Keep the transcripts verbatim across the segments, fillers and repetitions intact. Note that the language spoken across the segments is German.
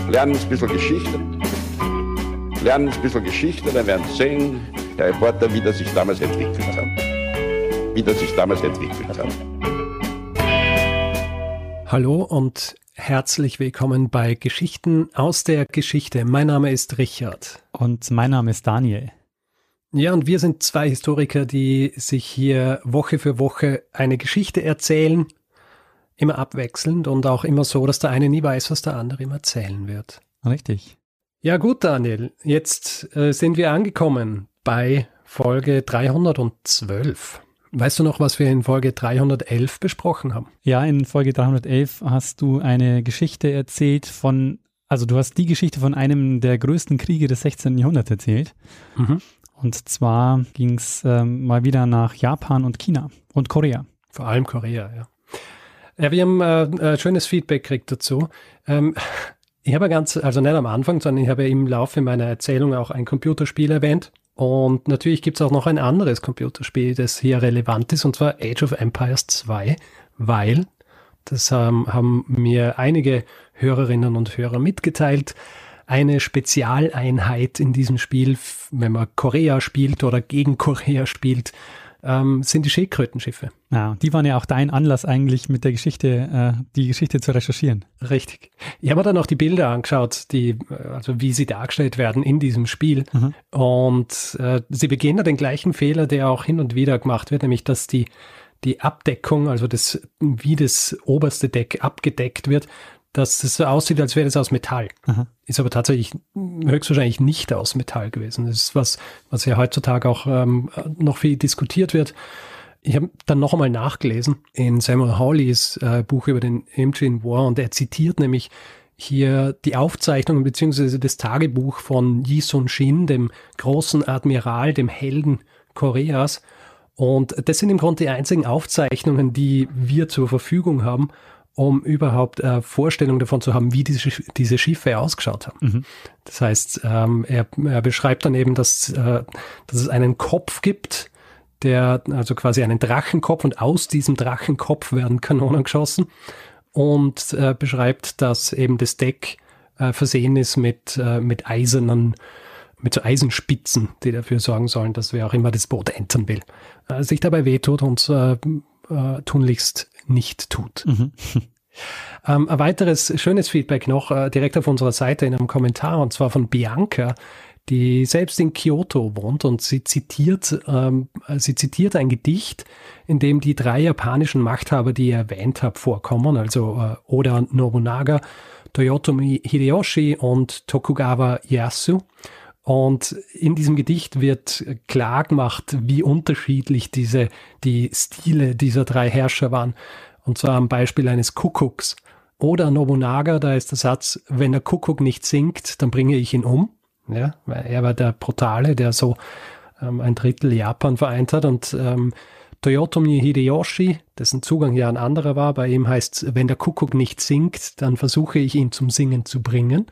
lernen ein bisschen Geschichte. Lernen ein bisschen Geschichte, dann werden Sie sehen, Herr Reporter, wie das sich damals entwickelt hat. Wie das sich damals entwickelt hat. Hallo und herzlich willkommen bei Geschichten aus der Geschichte. Mein Name ist Richard. Und mein Name ist Daniel. Ja, und wir sind zwei Historiker, die sich hier Woche für Woche eine Geschichte erzählen, immer abwechselnd und auch immer so, dass der eine nie weiß, was der andere ihm erzählen wird. Richtig. Ja gut, Daniel, jetzt äh, sind wir angekommen bei Folge dreihundertzwölf. Weißt du noch, was wir in Folge dreihundertelf besprochen haben? Ja, in Folge dreihundertelf hast du eine Geschichte erzählt von, also du hast die Geschichte von einem der größten Kriege des sechzehnten. Jahrhunderts erzählt. Mhm. Und zwar ging es ähm, mal wieder nach Japan und China und Korea. Vor allem Korea, ja. Ja, wir haben äh, äh, schönes Feedback gekriegt dazu. Ähm, ich habe ganz, also nicht am Anfang, sondern ich habe im Laufe meiner Erzählung auch ein Computerspiel erwähnt. Und natürlich gibt es auch noch ein anderes Computerspiel, das hier relevant ist, und zwar Age of Empires zwei, weil, das ähm, haben mir einige Hörerinnen und Hörer mitgeteilt, eine Spezialeinheit in diesem Spiel, wenn man Korea spielt oder gegen Korea spielt, ähm, sind die Schildkrötenschiffe. Ja, die waren ja auch dein Anlass eigentlich mit der Geschichte, äh, die Geschichte zu recherchieren. Richtig. Ich habe mir dann auch die Bilder angeschaut, die, also wie sie dargestellt werden in diesem Spiel. Mhm. Und äh, sie begehen da den gleichen Fehler, der auch hin und wieder gemacht wird, nämlich dass die, die Abdeckung, also das, wie das oberste Deck abgedeckt wird, dass es so aussieht, als wäre das aus Metall. Aha. Ist aber tatsächlich höchstwahrscheinlich nicht aus Metall gewesen. Das ist was, was ja heutzutage auch ähm, noch viel diskutiert wird. Ich habe dann noch einmal nachgelesen in Samuel Hawleys äh, Buch über den Imjin War, und er zitiert nämlich hier die Aufzeichnungen bzw. das Tagebuch von Yi Sun-shin, dem großen Admiral, dem Helden Koreas. Und das sind im Grunde die einzigen Aufzeichnungen, die wir zur Verfügung haben, um überhaupt äh, Vorstellung davon zu haben, wie diese, diese Schiffe ausgeschaut haben. Mhm. Das heißt, ähm, er, er beschreibt dann eben, dass, äh, dass es einen Kopf gibt, der, also quasi einen Drachenkopf, und aus diesem Drachenkopf werden Kanonen geschossen, und äh, beschreibt, dass eben das Deck äh, versehen ist mit, äh, mit eisernen, mit so Eisenspitzen, die dafür sorgen sollen, dass wer auch immer das Boot entern will, äh, sich dabei wehtut und äh, äh, tunlichst nicht tut. Mhm. Ähm, ein weiteres schönes Feedback noch äh, direkt auf unserer Seite in einem Kommentar, und zwar von Bianca, die selbst in Kyoto wohnt, und sie zitiert, ähm, sie zitiert ein Gedicht, in dem die drei japanischen Machthaber, die ich erwähnt habe, vorkommen, also äh, Oda Nobunaga, Toyotomi Hideyoshi und Tokugawa Ieyasu. Und in diesem Gedicht wird klar gemacht, wie unterschiedlich diese, die Stile dieser drei Herrscher waren. Und zwar am Beispiel eines Kuckucks. Oda Nobunaga, da ist der Satz: Wenn der Kuckuck nicht singt, dann bringe ich ihn um. Ja, weil er war der Brutale, der so ähm, ein Drittel Japan vereint hat. Und ähm, Toyotomi Hideyoshi, dessen Zugang ja ein anderer war, bei ihm heißt es: Wenn der Kuckuck nicht singt, dann versuche ich ihn zum Singen zu bringen.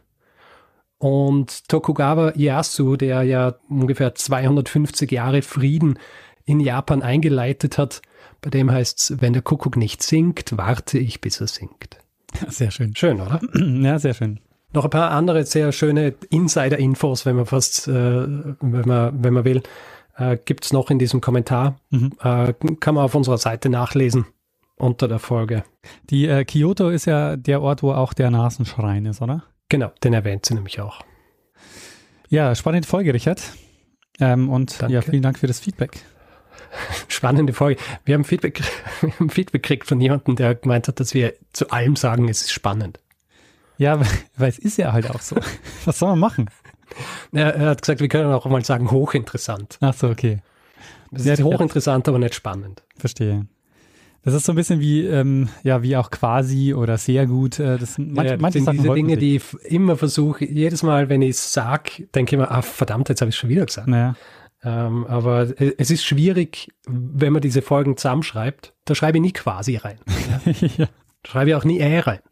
Und Tokugawa Ieyasu, der ja ungefähr zweihundertfünfzig Jahre Frieden in Japan eingeleitet hat, bei dem heißt es: Wenn der Kuckuck nicht singt, warte ich, bis er singt. Sehr schön. Schön, oder? Ja, sehr schön. Noch ein paar andere sehr schöne Insider-Infos, wenn man fast, äh, wenn man, wenn man will, äh, gibt es noch in diesem Kommentar. Mhm. Äh, kann man auf unserer Seite nachlesen unter der Folge. Die äh, Kyoto ist ja der Ort, wo auch der Nasenschrein ist, oder? Genau, den erwähnt sie nämlich auch. Ja, spannende Folge, Richard. Ähm, und Danke. Ja, vielen Dank für das Feedback. Spannende Folge. Wir haben Feedback, wir haben Feedback gekriegt von jemandem, der gemeint hat, dass wir zu allem sagen, es ist spannend. Ja, weil es ist ja halt auch so. Was soll man machen? Ja, er hat gesagt, wir können auch mal sagen, hochinteressant. Ach so, okay. Es ist ja, hochinteressant, aber nicht spannend. Verstehe. Das ist so ein bisschen wie, ähm, ja, wie auch quasi oder sehr gut. Äh, das manch, ja, manche sind Sachen diese Dinge, sich. die ich immer versuche, jedes Mal, wenn ich es sage, denke ich mir, ah, verdammt, jetzt habe ich es schon wieder gesagt. Naja. Ähm, aber es ist schwierig, wenn man diese Folgen zusammenschreibt. Da schreibe ich nie quasi rein. Ja? Ja. Da schreibe ich auch nie äh rein.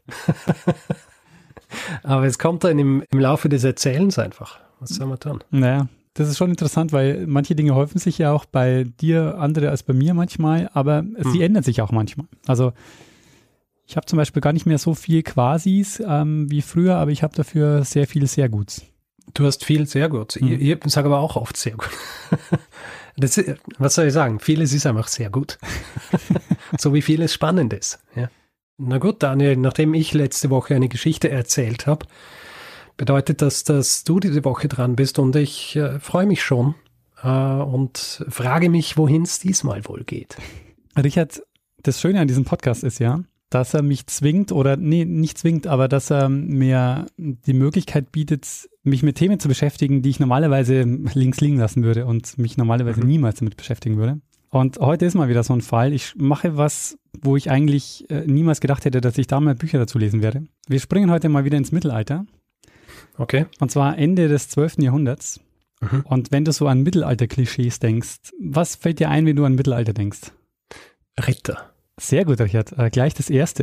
Aber es kommt dann im, im Laufe des Erzählens einfach. Was soll man tun? Naja, das ist schon interessant, weil manche Dinge häufen sich ja auch bei dir, andere als bei mir manchmal, aber hm. sie ändern sich auch manchmal. Also Ich habe zum Beispiel gar nicht mehr so viel Quasis ähm, wie früher, aber ich habe dafür sehr viel sehr Guts. Du hast viel sehr gut. Mhm. Ich, ich sage aber auch oft sehr gut. Das, was soll ich sagen? Vieles ist einfach sehr gut. So wie vieles Spannendes. Ja. Na gut, Daniel, nachdem ich letzte Woche eine Geschichte erzählt habe, bedeutet das, dass du diese Woche dran bist und ich äh, freue mich schon äh, und frage mich, wohin es diesmal wohl geht. Richard, das Schöne an diesem Podcast ist ja, dass er mich zwingt oder, nee, nicht zwingt, aber dass er mir die Möglichkeit bietet, mich mit Themen zu beschäftigen, die ich normalerweise links liegen lassen würde und mich normalerweise mhm. niemals damit beschäftigen würde. Und heute ist mal wieder so ein Fall. Ich mache was, wo ich eigentlich äh, niemals gedacht hätte, dass ich da mal Bücher dazu lesen werde. Wir springen heute mal wieder ins Mittelalter. Okay. Und zwar Ende des zwölften Jahrhunderts. Mhm. Und wenn du so an Mittelalter-Klischees denkst, was fällt dir ein, wenn du an Mittelalter denkst? Ritter. Sehr gut, Richard. Äh, gleich das erste.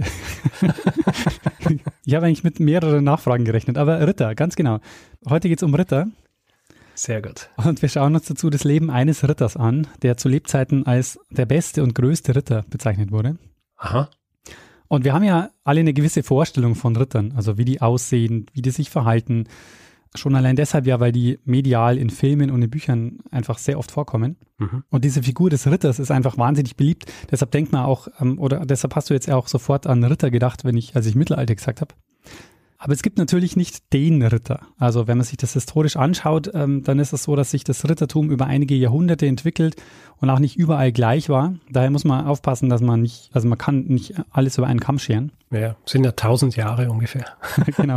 Ich habe eigentlich mit mehreren Nachfragen gerechnet, aber Ritter, ganz genau. Heute geht es um Ritter. Sehr gut. Und wir schauen uns dazu das Leben eines Ritters an, der zu Lebzeiten als der beste und größte Ritter bezeichnet wurde. Aha. Und wir haben ja alle eine gewisse Vorstellung von Rittern, also wie die aussehen, wie die sich verhalten. Schon allein deshalb ja, weil die medial in Filmen und in Büchern einfach sehr oft vorkommen. Mhm. Und diese Figur des Ritters ist einfach wahnsinnig beliebt. Deshalb denkt man auch, ähm, oder deshalb hast du jetzt auch sofort an Ritter gedacht, wenn ich, als ich Mittelalter gesagt habe. Aber es gibt natürlich nicht den Ritter. Also wenn man sich das historisch anschaut, ähm, dann ist es so, dass sich das Rittertum über einige Jahrhunderte entwickelt und auch nicht überall gleich war. Daher muss man aufpassen, dass man nicht, also man kann nicht alles über einen Kamm scheren. Ja, sind ja tausend Jahre ungefähr. Genau.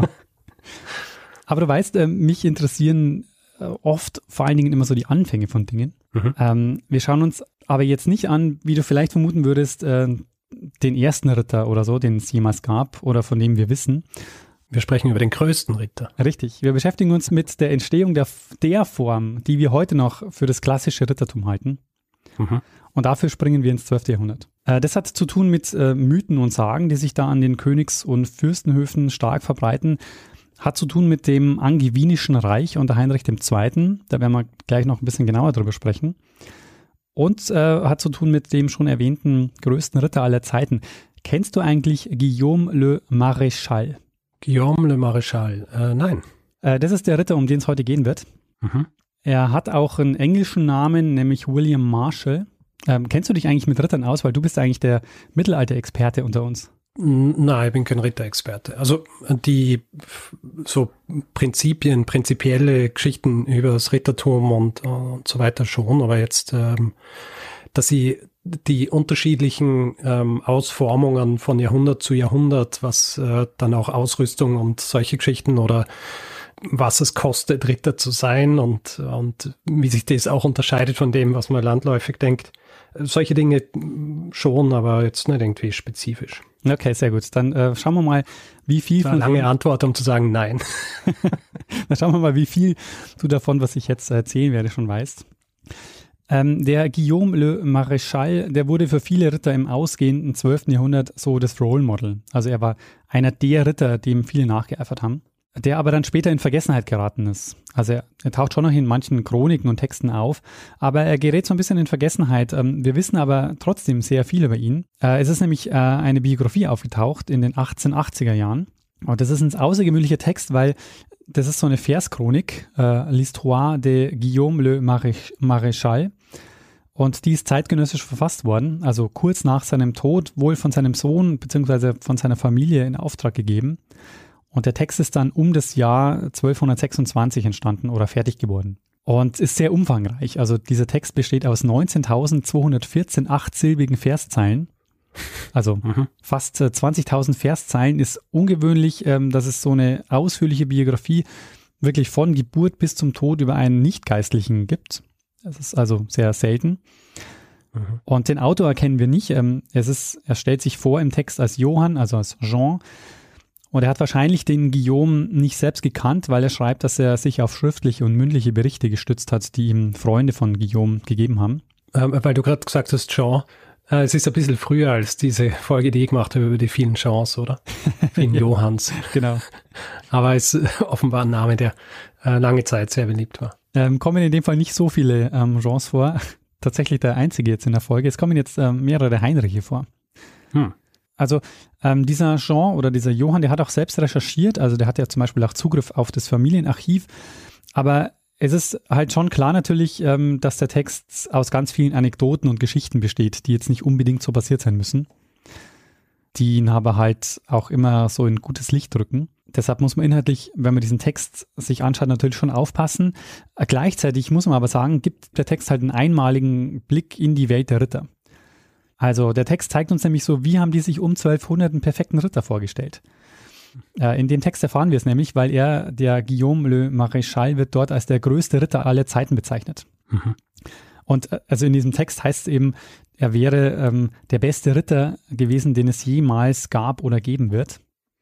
Aber du weißt, äh, mich interessieren äh, oft vor allen Dingen immer so die Anfänge von Dingen. Mhm. Ähm, wir schauen uns aber jetzt nicht an, wie du vielleicht vermuten würdest, äh, den ersten Ritter oder so, den es jemals gab oder von dem wir wissen. Wir sprechen über den größten Ritter. Richtig. Wir beschäftigen uns mit der Entstehung der, der Form, die wir heute noch für das klassische Rittertum halten. Mhm. Und dafür springen wir ins zwölfte Jahrhundert. Äh, das hat zu tun mit äh, Mythen und Sagen, die sich da an den Königs- und Fürstenhöfen stark verbreiten. Hat zu tun mit dem Angewinischen Reich unter Heinrich der Zweite. Da werden wir gleich noch ein bisschen genauer drüber sprechen. Und äh, hat zu tun mit dem schon erwähnten größten Ritter aller Zeiten. Kennst du eigentlich Guillaume le Maréchal? Guillaume le Maréchal, äh, nein. Äh, das ist der Ritter, um den es heute gehen wird. Mhm. Er hat auch einen englischen Namen, nämlich William Marshall. Ähm, kennst du dich eigentlich mit Rittern aus? Weil du bist eigentlich der Mittelalter-Experte unter uns. Nein, ich bin kein Ritterexperte. Also die so Prinzipien, prinzipielle Geschichten über das Rittertum und, und so weiter schon, aber jetzt, ähm, dass sie die unterschiedlichen ähm, Ausformungen von Jahrhundert zu Jahrhundert, was äh, dann auch Ausrüstung und solche Geschichten oder was es kostet, Ritter zu sein und, und wie sich das auch unterscheidet von dem, was man landläufig denkt. Solche Dinge schon, aber jetzt nicht irgendwie spezifisch. Okay, sehr gut. Dann äh, schauen wir mal, wie viel... Das war eine lange Antwort, um zu sagen nein. Dann schauen wir mal, wie viel du davon, was ich jetzt erzählen werde, schon weißt. Ähm, der Guillaume le Maréchal, der wurde für viele Ritter im ausgehenden zwölften Jahrhundert so das Role Model. Also er war einer der Ritter, dem viele nachgeeifert haben, der aber dann später in Vergessenheit geraten ist. Also er, er taucht schon noch in manchen Chroniken und Texten auf, aber er gerät so ein bisschen in Vergessenheit. Ähm, wir wissen aber trotzdem sehr viel über ihn. Äh, es ist nämlich äh, eine Biografie aufgetaucht in den achtzehnhundertachtziger Jahren. Und das ist ein außergewöhnlicher Text, weil das ist so eine Verschronik, äh, L'Histoire de Guillaume le Maréchal. Und die ist zeitgenössisch verfasst worden, also kurz nach seinem Tod, wohl von seinem Sohn bzw. von seiner Familie in Auftrag gegeben. Und der Text ist dann um das Jahr zwölfhundertsechsundzwanzig entstanden oder fertig geworden. Und ist sehr umfangreich. Also dieser Text besteht aus neunzehntausendzweihundertvierzehn achtsilbigen Verszeilen. Also mhm. fast äh, zwanzigtausend Verszeilen ist ungewöhnlich, ähm, dass es so eine ausführliche Biografie wirklich von Geburt bis zum Tod über einen Nicht-Geistlichen gibt. Das ist also sehr selten. Mhm. Und den Autor erkennen wir nicht. Ähm, es ist, er stellt sich vor im Text als Johann, also als Jean. Und er hat wahrscheinlich den Guillaume nicht selbst gekannt, weil er schreibt, dass er sich auf schriftliche und mündliche Berichte gestützt hat, die ihm Freunde von Guillaume gegeben haben. Ähm, weil du gerade gesagt hast, Jean, äh, es ist ein bisschen früher als diese Folge, die ich gemacht habe über die vielen Jeans, oder? Vielen ja, Johanns. Genau. Aber es ist offenbar ein Name, der äh, lange Zeit sehr beliebt war. Ähm, kommen in dem Fall nicht so viele ähm, Jeans vor. Tatsächlich der einzige jetzt in der Folge. Es kommen jetzt ähm, mehrere Heinriche vor. Hm. Also ähm, dieser Jean oder dieser Johann, der hat auch selbst recherchiert, also der hat ja zum Beispiel auch Zugriff auf das Familienarchiv, aber es ist halt schon klar natürlich, ähm, dass der Text aus ganz vielen Anekdoten und Geschichten besteht, die jetzt nicht unbedingt so passiert sein müssen, die ihn aber halt auch immer so in gutes Licht drücken. Deshalb muss man inhaltlich, wenn man diesen Text sich anschaut, natürlich schon aufpassen. Gleichzeitig muss man aber sagen, gibt der Text halt einen einmaligen Blick in die Welt der Ritter. Also der Text zeigt uns nämlich so, wie haben die sich um zwölfhundert einen perfekten Ritter vorgestellt. Äh, in dem Text erfahren wir es nämlich, weil er, der Guillaume le Maréchal, wird dort als der größte Ritter aller Zeiten bezeichnet. Mhm. Und äh, also in diesem Text heißt es eben, er wäre ähm, der beste Ritter gewesen, den es jemals gab oder geben wird.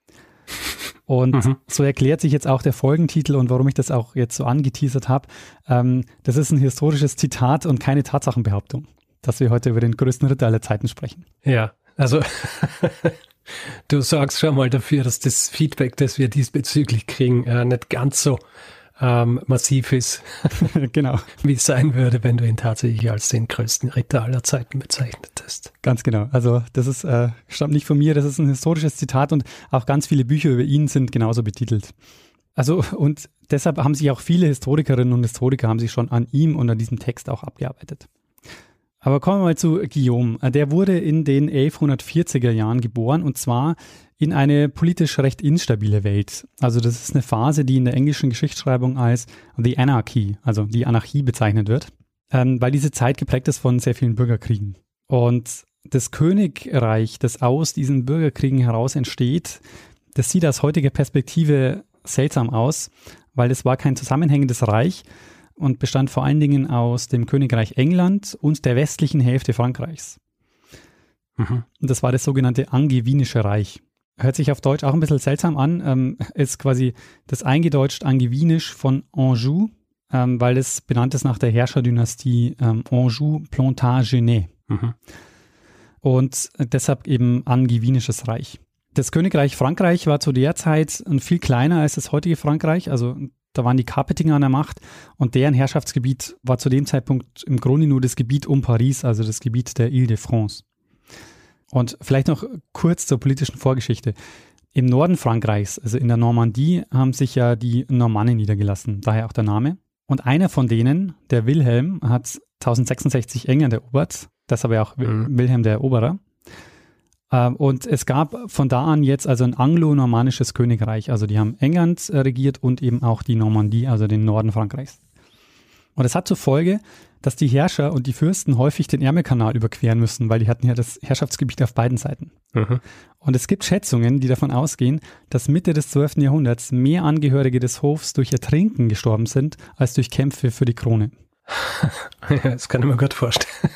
Und mhm. so erklärt sich jetzt auch der Folgentitel und warum ich das auch jetzt so angeteasert habe. Ähm, das ist ein historisches Zitat und keine Tatsachenbehauptung, dass wir heute über den größten Ritter aller Zeiten sprechen. Ja, also du sorgst schon mal dafür, dass das Feedback, das wir diesbezüglich kriegen, äh, nicht ganz so ähm, massiv ist, genau, wie es sein würde, wenn du ihn tatsächlich als den größten Ritter aller Zeiten bezeichnetest. Ganz genau. Also das ist äh, stammt nicht von mir, das ist ein historisches Zitat und auch ganz viele Bücher über ihn sind genauso betitelt. Also und deshalb haben sich auch viele Historikerinnen und Historiker haben sich schon an ihm und an diesem Text auch abgearbeitet. Aber kommen wir mal zu Guillaume. Der wurde in den elfhundertvierziger Jahren geboren und zwar in eine politisch recht instabile Welt. Also das ist eine Phase, die in der englischen Geschichtsschreibung als The Anarchy, also die Anarchie bezeichnet wird, ähm, weil diese Zeit geprägt ist von sehr vielen Bürgerkriegen. Und das Königreich, das aus diesen Bürgerkriegen heraus entsteht, das sieht aus heutiger Perspektive seltsam aus, weil es war kein zusammenhängendes Reich, und bestand vor allen Dingen aus dem Königreich England und der westlichen Hälfte Frankreichs. Mhm. Und das war das sogenannte Angevinische Reich. Hört sich auf Deutsch auch ein bisschen seltsam an, ähm, ist quasi das eingedeutscht Angevinisch von Anjou, ähm, weil es benannt ist nach der Herrscherdynastie ähm, Anjou-Plantagenet. Mhm. Und deshalb eben Angevinisches Reich. Das Königreich Frankreich war zu der Zeit viel kleiner als das heutige Frankreich, also da waren die Kapetinger an der Macht und deren Herrschaftsgebiet war zu dem Zeitpunkt im Grunde nur das Gebiet um Paris, also das Gebiet der Ile-de-France. Und vielleicht noch kurz zur politischen Vorgeschichte. Im Norden Frankreichs, also in der Normandie, haben sich ja die Normannen niedergelassen, daher auch der Name. Und einer von denen, der Wilhelm, hat tausendsechsundsechzig England erobert, das aber auch mhm. Wilhelm der Eroberer. Und es gab von da an jetzt also ein anglo-normannisches Königreich. Also die haben England regiert und eben auch die Normandie, also den Norden Frankreichs. Und das hat zur Folge, dass die Herrscher und die Fürsten häufig den Ärmelkanal überqueren müssen, weil die hatten ja das Herrschaftsgebiet auf beiden Seiten. Mhm. Und es gibt Schätzungen, die davon ausgehen, dass Mitte des zwölften Jahrhunderts mehr Angehörige des Hofs durch Ertrinken gestorben sind, als durch Kämpfe für die Krone. Ja, das kann ich mir gut vorstellen.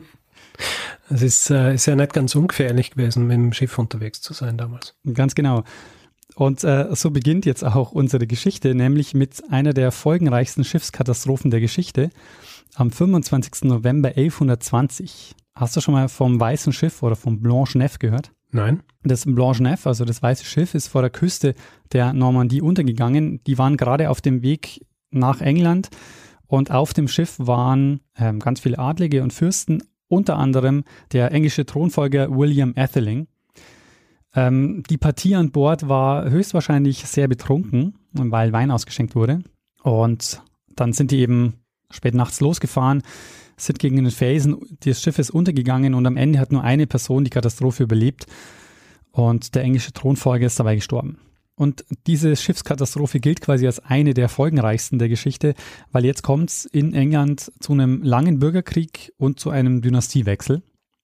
Es ist, äh, ist ja nicht ganz ungefährlich gewesen, mit dem Schiff unterwegs zu sein damals. Ganz genau. Und äh, so beginnt jetzt auch unsere Geschichte, nämlich mit einer der folgenreichsten Schiffskatastrophen der Geschichte am fünfundzwanzigsten November elfhundertzwanzig. Hast du schon mal vom Weißen Schiff oder vom Blanche Nef gehört? Nein. Das Blanche Nef, also das Weiße Schiff, ist vor der Küste der Normandie untergegangen. Die waren gerade auf dem Weg nach England und auf dem Schiff waren ähm, ganz viele Adlige und Fürsten, unter anderem der englische Thronfolger William Atheling. Ähm, die Partie an Bord war höchstwahrscheinlich sehr betrunken, weil Wein ausgeschenkt wurde. Und dann sind die eben spät nachts losgefahren, sind gegen den Felsen des Schiffes untergegangen und am Ende hat nur eine Person die Katastrophe überlebt und der englische Thronfolger ist dabei gestorben. Und diese Schiffskatastrophe gilt quasi als eine der folgenreichsten der Geschichte, weil jetzt kommt es in England zu einem langen Bürgerkrieg und zu einem Dynastiewechsel.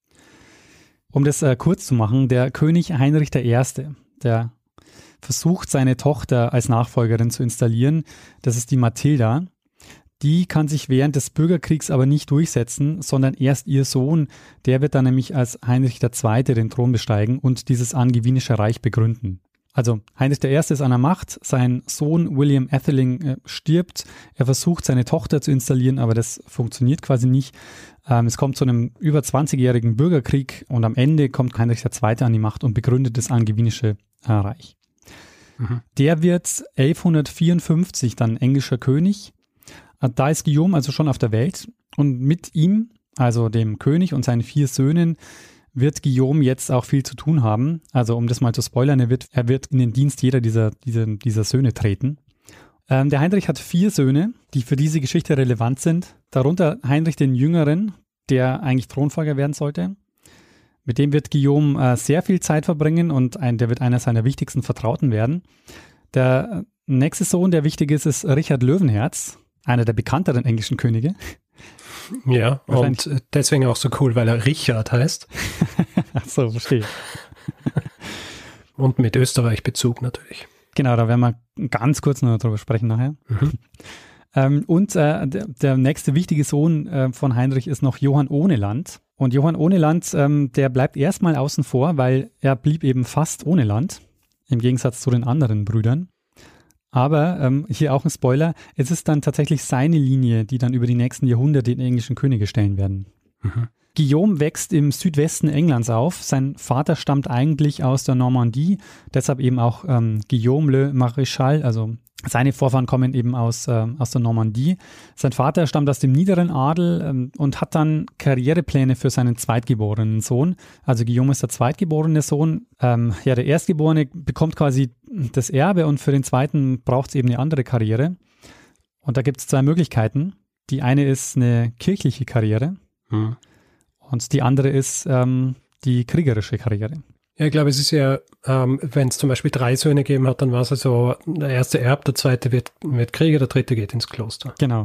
Um das äh, kurz zu machen, der König Heinrich der Erste, der versucht, seine Tochter als Nachfolgerin zu installieren, das ist die Mathilda. Die kann sich während des Bürgerkriegs aber nicht durchsetzen, sondern erst ihr Sohn, der wird dann nämlich als Heinrich der Zweite den Thron besteigen und dieses angevinische Reich begründen. Also Heinrich der Erste ist an der Macht, sein Sohn William Atheling äh, stirbt, er versucht seine Tochter zu installieren, aber das funktioniert quasi nicht. Ähm, es kommt zu einem über zwanzigjährigen Bürgerkrieg und am Ende kommt Heinrich der Zweite an die Macht und begründet das angevinische äh, Reich. Mhm. Der wird elfhundertvierundfünfzig dann englischer König. Äh, da ist Guillaume also schon auf der Welt und mit ihm, also dem König und seinen vier Söhnen, wird Guillaume jetzt auch viel zu tun haben. Also um das mal zu spoilern, er wird, er wird in den Dienst jeder dieser, dieser, dieser Söhne treten. Ähm, der Heinrich hat vier Söhne, die für diese Geschichte relevant sind. Darunter Heinrich den Jüngeren, der eigentlich Thronfolger werden sollte. Mit dem wird Guillaume äh, sehr viel Zeit verbringen und ein, der wird einer seiner wichtigsten Vertrauten werden. Der nächste Sohn, der wichtig ist, ist Richard Löwenherz, einer der bekannteren englischen Könige. Ja, und deswegen auch so cool, weil er Richard heißt. Ach so, verstehe. Und mit Österreich-Bezug natürlich. Genau, da werden wir ganz kurz noch drüber sprechen nachher. Mhm. Ähm, und äh, der, der nächste wichtige Sohn äh, von Heinrich ist noch Johann ohne Land. Und Johann ohne Land, ähm, der bleibt erstmal außen vor, weil er blieb eben fast ohne Land, im Gegensatz zu den anderen Brüdern. Aber, ähm, hier auch ein Spoiler, es ist dann tatsächlich seine Linie, die dann über die nächsten Jahrhunderte den englischen Könige stellen werden. Mhm. Guillaume wächst im Südwesten Englands auf. Sein Vater stammt eigentlich aus der Normandie, deshalb eben auch ähm, Guillaume le Maréchal, also seine Vorfahren kommen eben aus, äh, aus der Normandie. Sein Vater stammt aus dem niederen Adel ähm, und hat dann Karrierepläne für seinen zweitgeborenen Sohn. Also Guillaume ist der zweitgeborene Sohn. Ähm, ja, der Erstgeborene bekommt quasi das Erbe und für den zweiten braucht es eben eine andere Karriere. Und da gibt es zwei Möglichkeiten. Die eine ist eine kirchliche Karriere hm. und die andere ist ähm, die kriegerische Karriere. Ja, ich glaube, es ist ja, ähm, wenn es zum Beispiel drei Söhne gegeben hat, dann war es also, der erste erbt, der zweite wird, wird Krieger, der dritte geht ins Kloster. Genau.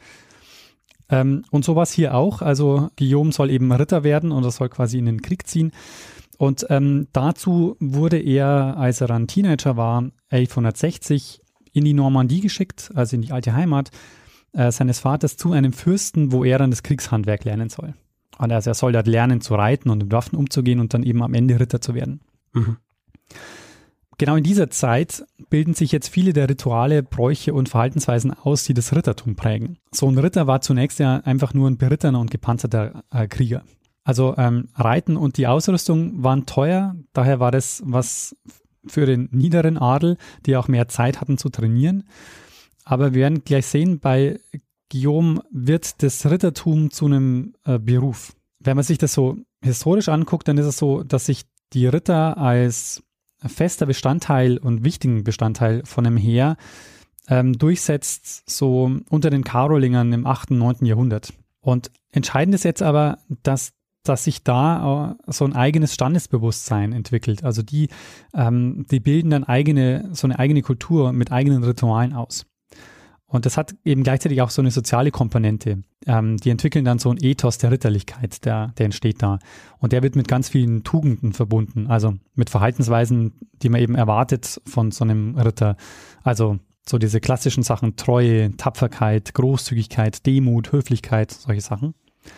Ähm, und so war es hier auch. Also Guillaume soll eben Ritter werden und er soll quasi in den Krieg ziehen. Und ähm, dazu wurde er, als er ein Teenager war, elfhundertsechzig in die Normandie geschickt, also in die alte Heimat äh, seines Vaters, zu einem Fürsten, wo er dann das Kriegshandwerk lernen soll. Und also er soll dort lernen zu reiten und mit Waffen umzugehen und dann eben am Ende Ritter zu werden. Mhm. Genau in dieser Zeit bilden sich jetzt viele der Rituale, Bräuche und Verhaltensweisen aus, die das Rittertum prägen. So ein Ritter war zunächst ja einfach nur ein berittener und gepanzerter äh, Krieger. Also ähm, Reiten und die Ausrüstung waren teuer, daher war das was für den niederen Adel, die auch mehr Zeit hatten zu trainieren. Aber wir werden gleich sehen, bei Guillaume wird das Rittertum zu einem äh, Beruf. Wenn man sich das so historisch anguckt, dann ist es so, dass sich die Ritter als fester Bestandteil und wichtigen Bestandteil von einem Heer ähm, durchsetzt, so unter den Karolingern im achten, neunten Jahrhundert. Und entscheidend ist jetzt aber, dass, dass sich da äh, so ein eigenes Standesbewusstsein entwickelt. Also die, ähm, die bilden dann eigene, so eine eigene Kultur mit eigenen Ritualen aus. Und das hat eben gleichzeitig auch so eine soziale Komponente. Ähm, die entwickeln dann so ein Ethos der Ritterlichkeit, der, der entsteht da. Und der wird mit ganz vielen Tugenden verbunden, also mit Verhaltensweisen, die man eben erwartet von so einem Ritter. Also so diese klassischen Sachen, Treue, Tapferkeit, Großzügigkeit, Demut, Höflichkeit, solche Sachen.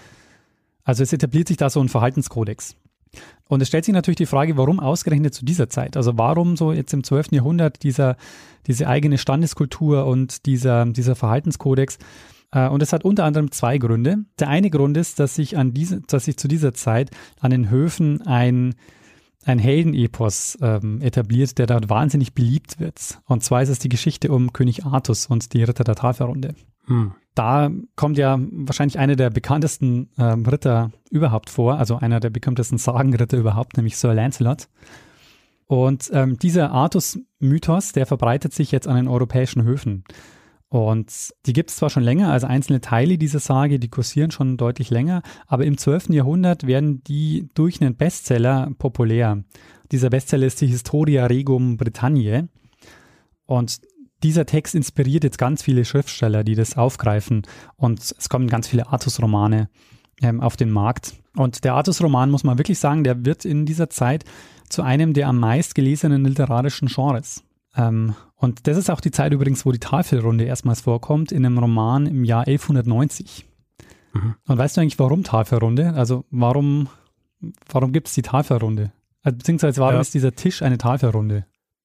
Also es etabliert sich da so ein Verhaltenskodex. Und es stellt sich natürlich die Frage, warum ausgerechnet zu dieser Zeit? Also warum so jetzt im zwölften Jahrhundert dieser, diese eigene Standeskultur und dieser, dieser Verhaltenskodex? Und es hat unter anderem zwei Gründe. Der eine Grund ist, dass sich, an diese, dass sich zu dieser Zeit an den Höfen ein, ein Heldenepos ähm, etabliert, der dort wahnsinnig beliebt wird. Und zwar ist es die Geschichte um König Artus und die Ritter der Tafelrunde. Hm. Da kommt ja wahrscheinlich einer der bekanntesten ähm, Ritter überhaupt vor, also einer der bekanntesten Sagenritter überhaupt, nämlich Sir Lancelot. Und ähm, dieser Artus-Mythos, der verbreitet sich jetzt an den europäischen Höfen. Und die gibt es zwar schon länger, also einzelne Teile dieser Sage, die kursieren schon deutlich länger, aber im zwölften Jahrhundert werden die durch einen Bestseller populär. Dieser Bestseller ist die Historia Regum Britanniae. Und dieser Text inspiriert jetzt ganz viele Schriftsteller, die das aufgreifen, und es kommen ganz viele Artus-Romane ähm, auf den Markt. Und der Artus-Roman, muss man wirklich sagen, der wird in dieser Zeit zu einem der am meist gelesenen literarischen Genres. Ähm, und das ist auch die Zeit übrigens, wo die Tafelrunde erstmals vorkommt, in einem Roman im Jahr elfhundertneunzig. Mhm. Und weißt du eigentlich, warum Tafelrunde? Also warum, warum gibt es die Tafelrunde? Also, beziehungsweise warum ja. ist dieser Tisch eine Tafelrunde?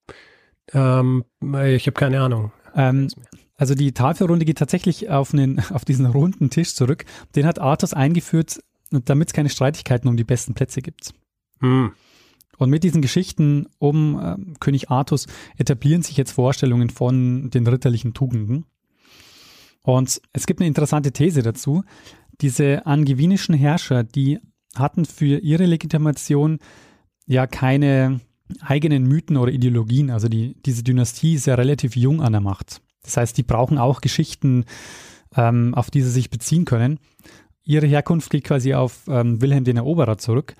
Ähm, ich habe keine Ahnung. Ähm, also die Tafelrunde geht tatsächlich auf, einen, auf diesen runden Tisch zurück. Den hat Artus eingeführt, damit es keine Streitigkeiten um die besten Plätze gibt. Hm. Und mit diesen Geschichten um äh, König Artus etablieren sich jetzt Vorstellungen von den ritterlichen Tugenden. Und es gibt eine interessante These dazu. Diese angewinischen Herrscher, die hatten für ihre Legitimation ja keine eigenen Mythen oder Ideologien. Also die, diese Dynastie ist ja relativ jung an der Macht. Das heißt, die brauchen auch Geschichten, ähm, auf die sie sich beziehen können. Ihre Herkunft geht quasi auf ähm, Wilhelm den Eroberer zurück.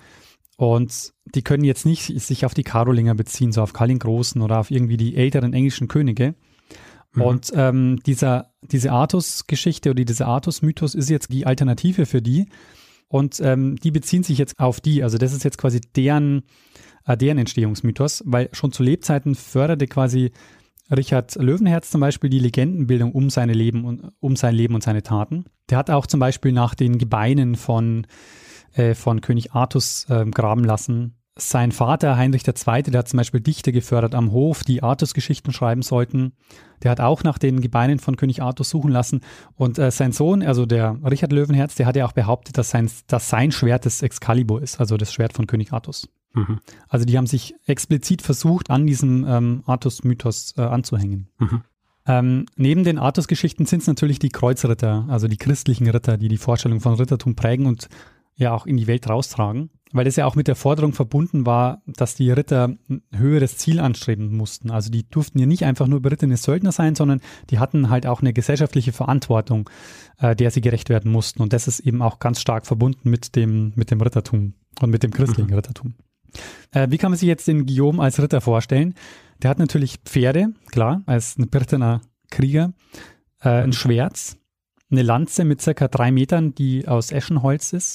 Und die können jetzt nicht sich auf die Karolinger beziehen, so auf Karl den Großen oder auf irgendwie die älteren englischen Könige. Mhm. Und ähm, dieser, diese Artus-Geschichte oder dieser Artus-Mythos ist jetzt die Alternative für die. Und ähm, die beziehen sich jetzt auf die. Also das ist jetzt quasi deren deren Entstehungsmythos, weil schon zu Lebzeiten förderte quasi Richard Löwenherz zum Beispiel die Legendenbildung um seine Leben und um sein Leben und seine Taten. Der hat auch zum Beispiel nach den Gebeinen von, äh, von König Artus äh, graben lassen. Sein Vater Heinrich der Zweite, der hat zum Beispiel Dichter gefördert am Hof, die Artus-Geschichten schreiben sollten. Der hat auch nach den Gebeinen von König Artus suchen lassen. Und äh, sein Sohn, also der Richard Löwenherz, der hat ja auch behauptet, dass sein, dass sein Schwert das Excalibur ist, also das Schwert von König Artus. Mhm. Also die haben sich explizit versucht, an diesem ähm, Artus-Mythos äh, anzuhängen. Mhm. Ähm, neben den Artus-Geschichten sind es natürlich die Kreuzritter, also die christlichen Ritter, die die Vorstellung von Rittertum prägen und ja auch in die Welt raustragen, weil das ja auch mit der Forderung verbunden war, dass die Ritter ein höheres Ziel anstreben mussten. Also die durften ja nicht einfach nur berittene Söldner sein, sondern die hatten halt auch eine gesellschaftliche Verantwortung, äh, der sie gerecht werden mussten. Und das ist eben auch ganz stark verbunden mit dem, mit dem Rittertum und mit dem christlichen mhm. Rittertum. Äh, wie kann man sich jetzt den Guillaume als Ritter vorstellen? Der hat natürlich Pferde, klar, als ein berittener Krieger, äh, ein Schwert, eine Lanze mit circa drei Metern, die aus Eschenholz ist.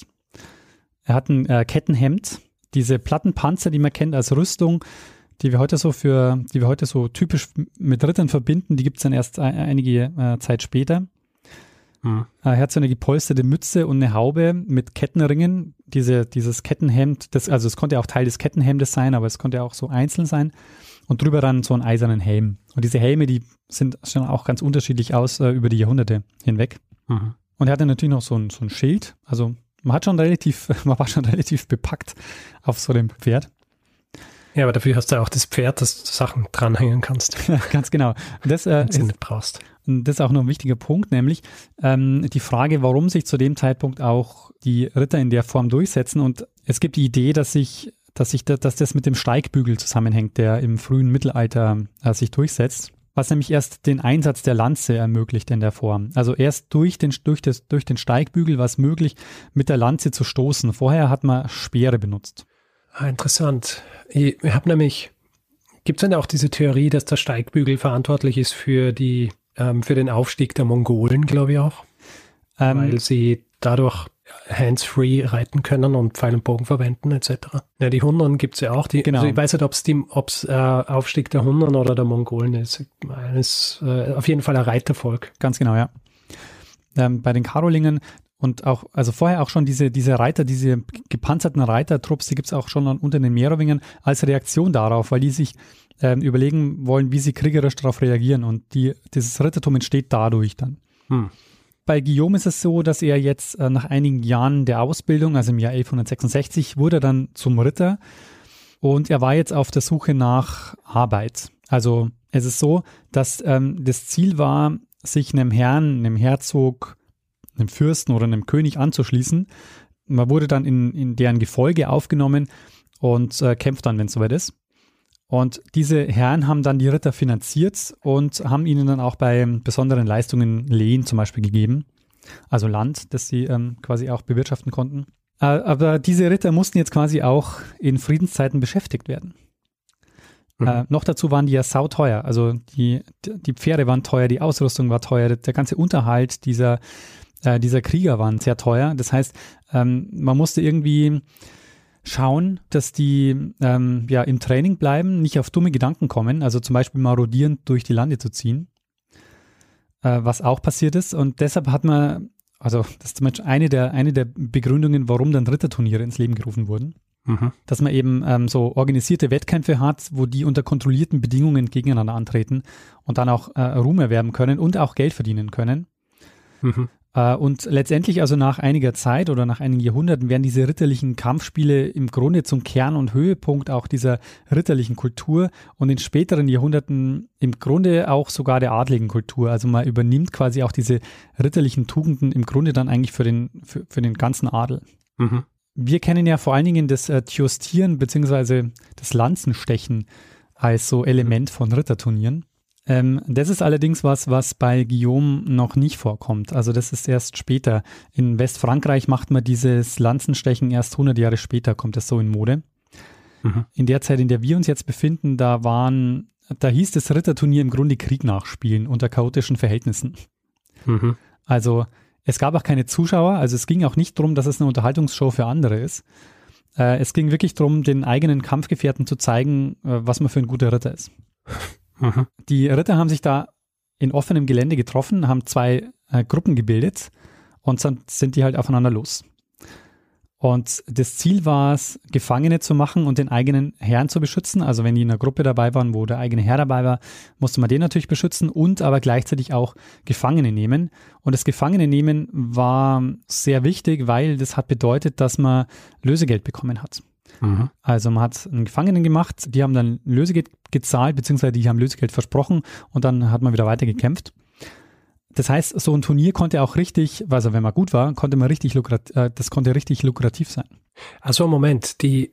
Er hat ein äh, Kettenhemd, diese Plattenpanzer, die man kennt als Rüstung, die wir heute so für, die wir heute so typisch mit Rittern verbinden, die gibt es dann erst ein, einige äh, Zeit später. Mhm. Er hat so eine gepolsterte Mütze und eine Haube mit Kettenringen. Diese, dieses Kettenhemd, das, also es konnte auch Teil des Kettenhemdes sein, aber es konnte auch so einzeln sein. Und drüber dann so einen eisernen Helm. Und diese Helme, die sind schon auch ganz unterschiedlich aus äh, über die Jahrhunderte hinweg. Mhm. Und er hatte natürlich noch so ein, so ein Schild. Also man hat schon relativ, man war schon relativ bepackt auf so dem Pferd. Ja, aber dafür hast du auch das Pferd, dass du Sachen dranhängen kannst. Ganz genau. Das, äh, Wenn du nicht brauchst. Das ist auch noch ein wichtiger Punkt, nämlich ähm, die Frage, warum sich zu dem Zeitpunkt auch die Ritter in der Form durchsetzen. Und es gibt die Idee, dass sich, dass sich, da, dass das mit dem Steigbügel zusammenhängt, der im frühen Mittelalter äh, sich durchsetzt, was nämlich erst den Einsatz der Lanze ermöglicht in der Form. Also erst durch den, durch das, durch den Steigbügel war es möglich, mit der Lanze zu stoßen. Vorher hat man Speere benutzt. Ah, interessant. Ich habe nämlich, gibt es denn auch diese Theorie, dass der Steigbügel verantwortlich ist für die ähm, für den Aufstieg der Mongolen, glaube ich auch, ähm, weil sie dadurch hands-free reiten können und Pfeil und Bogen verwenden et cetera. Ja, die Hunnen gibt es ja auch. Die, genau. Also ich weiß nicht, ob es äh, Aufstieg der Hunnen oder der Mongolen ist. Es ist äh, auf jeden Fall ein Reitervolk. Ganz genau, ja. Ähm, bei den Karolingern und auch, also vorher auch schon diese, diese Reiter, diese gepanzerten Reitertrupps, die gibt es auch schon unter den Merowingern als Reaktion darauf, weil die sich ähm, überlegen wollen, wie sie kriegerisch darauf reagieren. Und die, dieses Rittertum entsteht dadurch dann. Hm. Bei Guillaume ist es so, dass er jetzt äh, nach einigen Jahren der Ausbildung, also im Jahr elfhundertsechsundsechzig, wurde er dann zum Ritter und er war jetzt auf der Suche nach Arbeit. Also es ist so, dass ähm, das Ziel war, sich einem Herrn, einem Herzog, einem Fürsten oder einem König anzuschließen. Man wurde dann in, in deren Gefolge aufgenommen und äh, kämpft dann, wenn es soweit ist. Und diese Herren haben dann die Ritter finanziert und haben ihnen dann auch bei besonderen Leistungen Lehen zum Beispiel gegeben, also Land, das sie ähm, quasi auch bewirtschaften konnten. Äh, aber diese Ritter mussten jetzt quasi auch in Friedenszeiten beschäftigt werden. Mhm. Äh, noch dazu waren die ja sauteuer, also die, die Pferde waren teuer, die Ausrüstung war teuer, der ganze Unterhalt dieser, äh, dieser Krieger waren sehr teuer. Das heißt, ähm, man musste irgendwie schauen, dass die ähm, ja im Training bleiben, nicht auf dumme Gedanken kommen, also zum Beispiel marodierend durch die Lande zu ziehen, äh, was auch passiert ist. Und deshalb hat man, also das ist zum Beispiel eine der, eine der Begründungen, warum dann Ritterturniere ins Leben gerufen wurden, mhm. dass man eben ähm, so organisierte Wettkämpfe hat, wo die unter kontrollierten Bedingungen gegeneinander antreten und dann auch äh, Ruhm erwerben können und auch Geld verdienen können. Mhm. Und letztendlich, also nach einiger Zeit oder nach einigen Jahrhunderten, werden diese ritterlichen Kampfspiele im Grunde zum Kern und Höhepunkt auch dieser ritterlichen Kultur und in späteren Jahrhunderten im Grunde auch sogar der adligen Kultur. Also man übernimmt quasi auch diese ritterlichen Tugenden im Grunde dann eigentlich für den, für, für den ganzen Adel. Mhm. Wir kennen ja vor allen Dingen das äh, Tjostieren bzw. das Lanzenstechen als so Element von Ritterturnieren. Ähm, das ist allerdings was, was bei Guillaume noch nicht vorkommt. Also das ist erst später. In Westfrankreich macht man dieses Lanzenstechen erst hundert Jahre später, kommt das so in Mode. Mhm. In der Zeit, in der wir uns jetzt befinden, da waren, da hieß das Ritterturnier im Grunde Krieg nachspielen unter chaotischen Verhältnissen. Mhm. Also es gab auch keine Zuschauer, also es ging auch nicht darum, dass es eine Unterhaltungsshow für andere ist. Äh, es ging wirklich darum, den eigenen Kampfgefährten zu zeigen, äh, was man für ein guter Ritter ist. Mhm. Die Ritter haben sich da in offenem Gelände getroffen, haben zwei äh, Gruppen gebildet und dann sind die halt aufeinander los. Und das Ziel war es, Gefangene zu machen und den eigenen Herrn zu beschützen. Also wenn die in einer Gruppe dabei waren, wo der eigene Herr dabei war, musste man den natürlich beschützen und aber gleichzeitig auch Gefangene nehmen. Und das Gefangene nehmen war sehr wichtig, weil das hat bedeutet, dass man Lösegeld bekommen hat. Mhm. Also man hat einen Gefangenen gemacht, die haben dann Lösegeld gezahlt, beziehungsweise die haben Lösegeld versprochen und dann hat man wieder weiter gekämpft. Das heißt, so ein Turnier konnte auch richtig, also wenn man gut war, konnte man richtig lukrativ, äh, das konnte richtig lukrativ sein. Also Moment, die,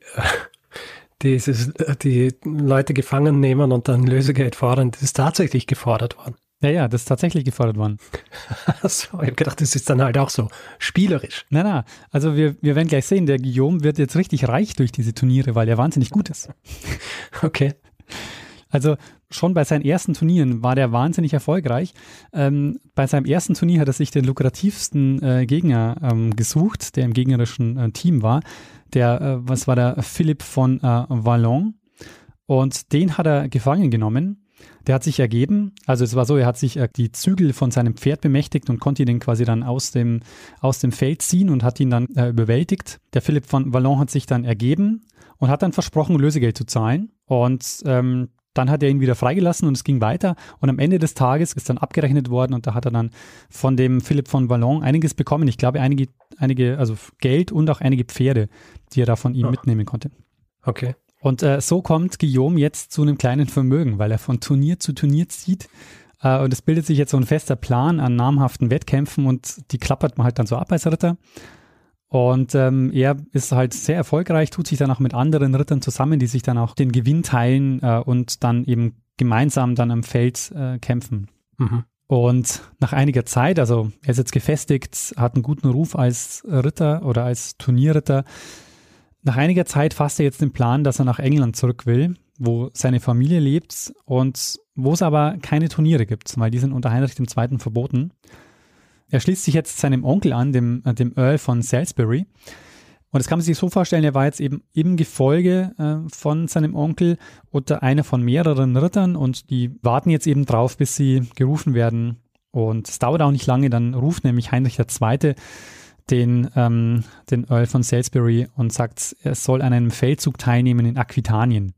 dieses, die Leute gefangen nehmen und dann Lösegeld fordern, das ist tatsächlich gefordert worden. Ja, ja, das ist tatsächlich gefordert worden. Achso, ich habe gedacht, das ist dann halt auch so spielerisch. Nein, nein, also wir, wir werden gleich sehen, der Guillaume wird jetzt richtig reich durch diese Turniere, weil er wahnsinnig gut ist. Okay. Also schon bei seinen ersten Turnieren war der wahnsinnig erfolgreich. Ähm, bei seinem ersten Turnier hat er sich den lukrativsten äh, Gegner ähm, gesucht, der im gegnerischen äh, Team war. Der, äh, was war der? Philipp von äh, Vallon. Und den hat er gefangen genommen. Der hat sich ergeben. Also es war so, er hat sich äh, die Zügel von seinem Pferd bemächtigt und konnte ihn quasi dann aus dem, aus dem Feld ziehen und hat ihn dann äh, überwältigt. Der Philipp von Vallon hat sich dann ergeben und hat dann versprochen, Lösegeld zu zahlen. Und ähm, dann hat er ihn wieder freigelassen und es ging weiter. Und am Ende des Tages ist dann abgerechnet worden und da hat er dann von dem Philipp von Vallon einiges bekommen. Ich glaube, einige, einige, also Geld und auch einige Pferde, die er da von ihm oh. mitnehmen konnte. Okay. Und äh, so kommt Guillaume jetzt zu einem kleinen Vermögen, weil er von Turnier zu Turnier zieht. Äh, und es bildet sich jetzt so ein fester Plan an namhaften Wettkämpfen und die klappert man halt dann so ab als Ritter. Und ähm, er ist halt sehr erfolgreich, tut sich dann auch mit anderen Rittern zusammen, die sich dann auch den Gewinn teilen äh, und dann eben gemeinsam dann am Feld äh, kämpfen. Mhm. Und nach einiger Zeit, also er ist jetzt gefestigt, hat einen guten Ruf als Ritter oder als Turnierritter. Nach einiger Zeit fasst er jetzt den Plan, dass er nach England zurück will, wo seine Familie lebt und wo es aber keine Turniere gibt, weil die sind unter Heinrich der Zweite verboten. Er schließt sich jetzt seinem Onkel an, dem, dem Earl von Salisbury. Und das kann man sich so vorstellen, er war jetzt eben im Gefolge äh, von seinem Onkel oder einer von mehreren Rittern und die warten jetzt eben drauf, bis sie gerufen werden. Und es dauert auch nicht lange, dann ruft nämlich Heinrich der Zweite den, ähm, den Earl von Salisbury und sagt, er soll an einem Feldzug teilnehmen in Aquitanien.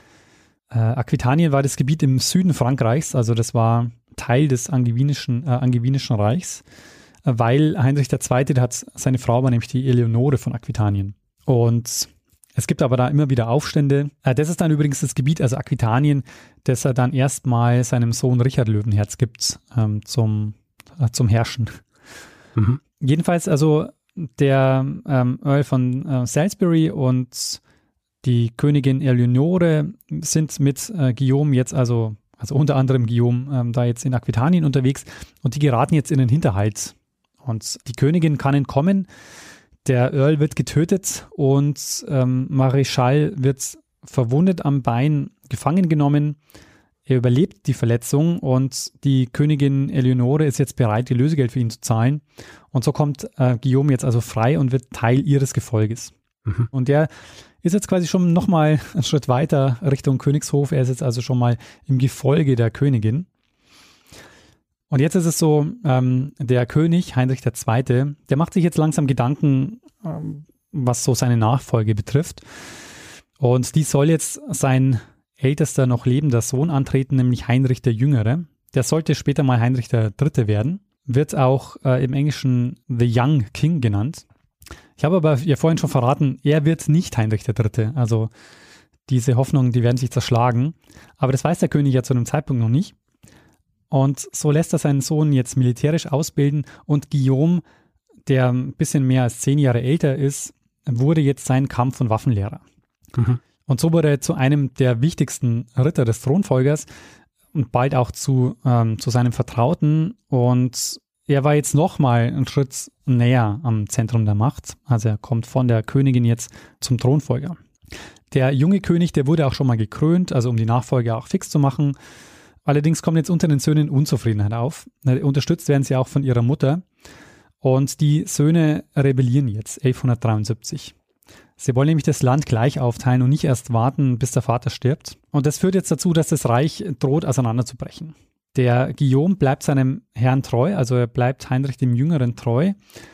Äh, Aquitanien war das Gebiet im Süden Frankreichs, also das war Teil des Angewinischen, äh, Angewinischen Reichs, äh, weil Heinrich der Zweite, der hat seine Frau war nämlich die Eleonore von Aquitanien. Und es gibt aber da immer wieder Aufstände. Äh, das ist dann übrigens das Gebiet, also Aquitanien, das er dann erstmal seinem Sohn Richard Löwenherz gibt ähm, zum, äh, zum Herrschen. Mhm. Jedenfalls also der ähm, Earl von äh, Salisbury und die Königin Eleonore sind mit äh, Guillaume jetzt also Also unter anderem Guillaume ähm, da jetzt in Aquitanien unterwegs und die geraten jetzt in den Hinterhalt. Und die Königin kann entkommen, der Earl wird getötet und ähm, Mareschal wird verwundet am Bein gefangen genommen. Er überlebt die Verletzung und die Königin Eleonore ist jetzt bereit, die Lösegeld für ihn zu zahlen. Und so kommt äh, Guillaume jetzt also frei und wird Teil ihres Gefolges. Mhm. Und der ist jetzt quasi schon nochmal einen Schritt weiter Richtung Königshof. Er ist jetzt also schon mal im Gefolge der Königin. Und jetzt ist es so, ähm, der König, Heinrich der Zweite, der macht sich jetzt langsam Gedanken, ähm, was so seine Nachfolge betrifft. Und die soll jetzt sein ältester noch lebender Sohn antreten, nämlich Heinrich der Jüngere. Der sollte später mal Heinrich der Dritte werden. Wird auch äh, im Englischen The Young King genannt. Ich habe aber ja vorhin schon verraten, er wird nicht Heinrich der Dritte. Also diese Hoffnungen, die werden sich zerschlagen. Aber das weiß der König ja zu einem Zeitpunkt noch nicht. Und so lässt er seinen Sohn jetzt militärisch ausbilden und Guillaume, der ein bisschen mehr als zehn Jahre älter ist, wurde jetzt sein Kampf- und Waffenlehrer. Mhm. Und so wurde er zu einem der wichtigsten Ritter des Thronfolgers und bald auch zu, ähm, zu seinem Vertrauten. Und er war jetzt nochmal einen Schritt näher am Zentrum der Macht. Also er kommt von der Königin jetzt zum Thronfolger. Der junge König, der wurde auch schon mal gekrönt, also um die Nachfolge auch fix zu machen. Allerdings kommt jetzt unter den Söhnen Unzufriedenheit auf. Unterstützt werden sie auch von ihrer Mutter. Und die Söhne rebellieren jetzt, elfhundertdreiundsiebzig. Sie wollen nämlich das Land gleich aufteilen und nicht erst warten, bis der Vater stirbt. Und das führt jetzt dazu, dass das Reich droht, auseinanderzubrechen. Der Guillaume bleibt seinem Herrn treu, also er bleibt Heinrich dem Jüngeren treu.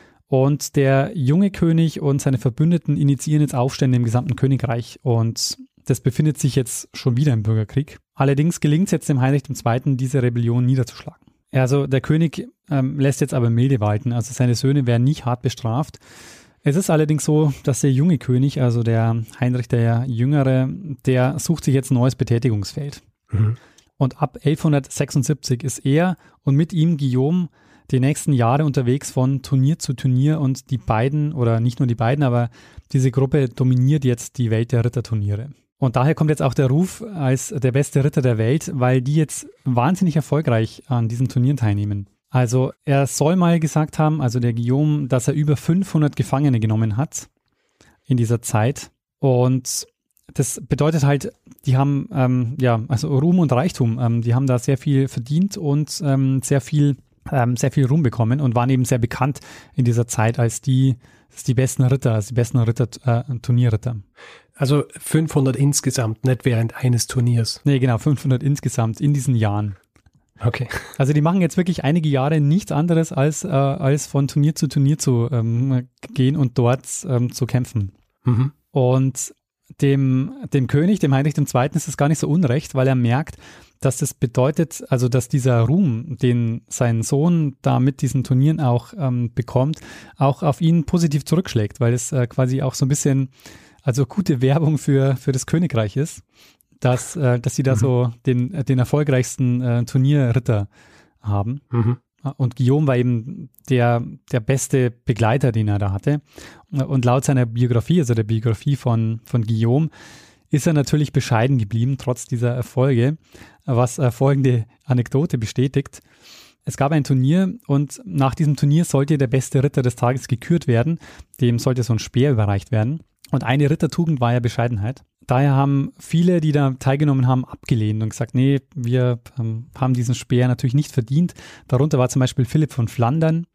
Und der junge König und seine Verbündeten initiieren jetzt Aufstände im gesamten Königreich. Und das befindet sich jetzt schon wieder im Bürgerkrieg. Allerdings gelingt es jetzt dem Heinrich der Zweite., diese Rebellion niederzuschlagen. Also der König ähm, lässt jetzt aber milde walten, also seine Söhne werden nicht hart bestraft. Es ist allerdings so, dass der junge König, also der Heinrich der Jüngere, der sucht sich jetzt ein neues Betätigungsfeld. Mhm. Und ab elfhundertsechsundsiebzig ist er und mit ihm Guillaume die nächsten Jahre unterwegs von Turnier zu Turnier und die beiden, oder nicht nur die beiden, aber diese Gruppe dominiert jetzt die Welt der Ritterturniere. Und daher kommt jetzt auch der Ruf als der beste Ritter der Welt, weil die jetzt wahnsinnig erfolgreich an diesen Turnieren teilnehmen. Also er soll mal gesagt haben, also der Guillaume, dass er über fünfhundert Gefangene genommen hat in dieser Zeit. Und das bedeutet halt, die haben ähm, ja also Ruhm und Reichtum, ähm, die haben da sehr viel verdient und ähm, sehr viel ähm, sehr viel Ruhm bekommen und waren eben sehr bekannt in dieser Zeit als die, als die besten Ritter, als die besten Ritter, äh, Turnierritter. Also fünfhundert insgesamt, nicht während eines Turniers. Nee, genau, fünfhundert insgesamt in diesen Jahren. Okay. Also die machen jetzt wirklich einige Jahre nichts anderes, als, äh, als von Turnier zu Turnier zu ähm, gehen und dort ähm, zu kämpfen. Mhm. Und dem, dem König, dem Heinrich der Zweite., ist das gar nicht so unrecht, weil er merkt, dass das bedeutet, also dass dieser Ruhm, den sein Sohn da mit diesen Turnieren auch ähm, bekommt, auch auf ihn positiv zurückschlägt, weil es äh, quasi auch so ein bisschen, also gute Werbung für, für das Königreich ist, dass, äh, dass sie da mhm. so den, den erfolgreichsten äh, Turnierritter haben. Mhm. Und Guillaume war eben der, der beste Begleiter, den er da hatte. Und laut seiner Biografie, also der Biografie von, von Guillaume, ist er natürlich bescheiden geblieben, trotz dieser Erfolge, was äh, folgende Anekdote bestätigt. Es gab ein Turnier und nach diesem Turnier sollte der beste Ritter des Tages gekürt werden. Dem sollte so ein Speer überreicht werden. Und eine Rittertugend war ja Bescheidenheit. Daher haben viele, die da teilgenommen haben, abgelehnt und gesagt, nee, wir ähm, haben diesen Speer natürlich nicht verdient. Darunter war zum Beispiel Philipp von Flandern.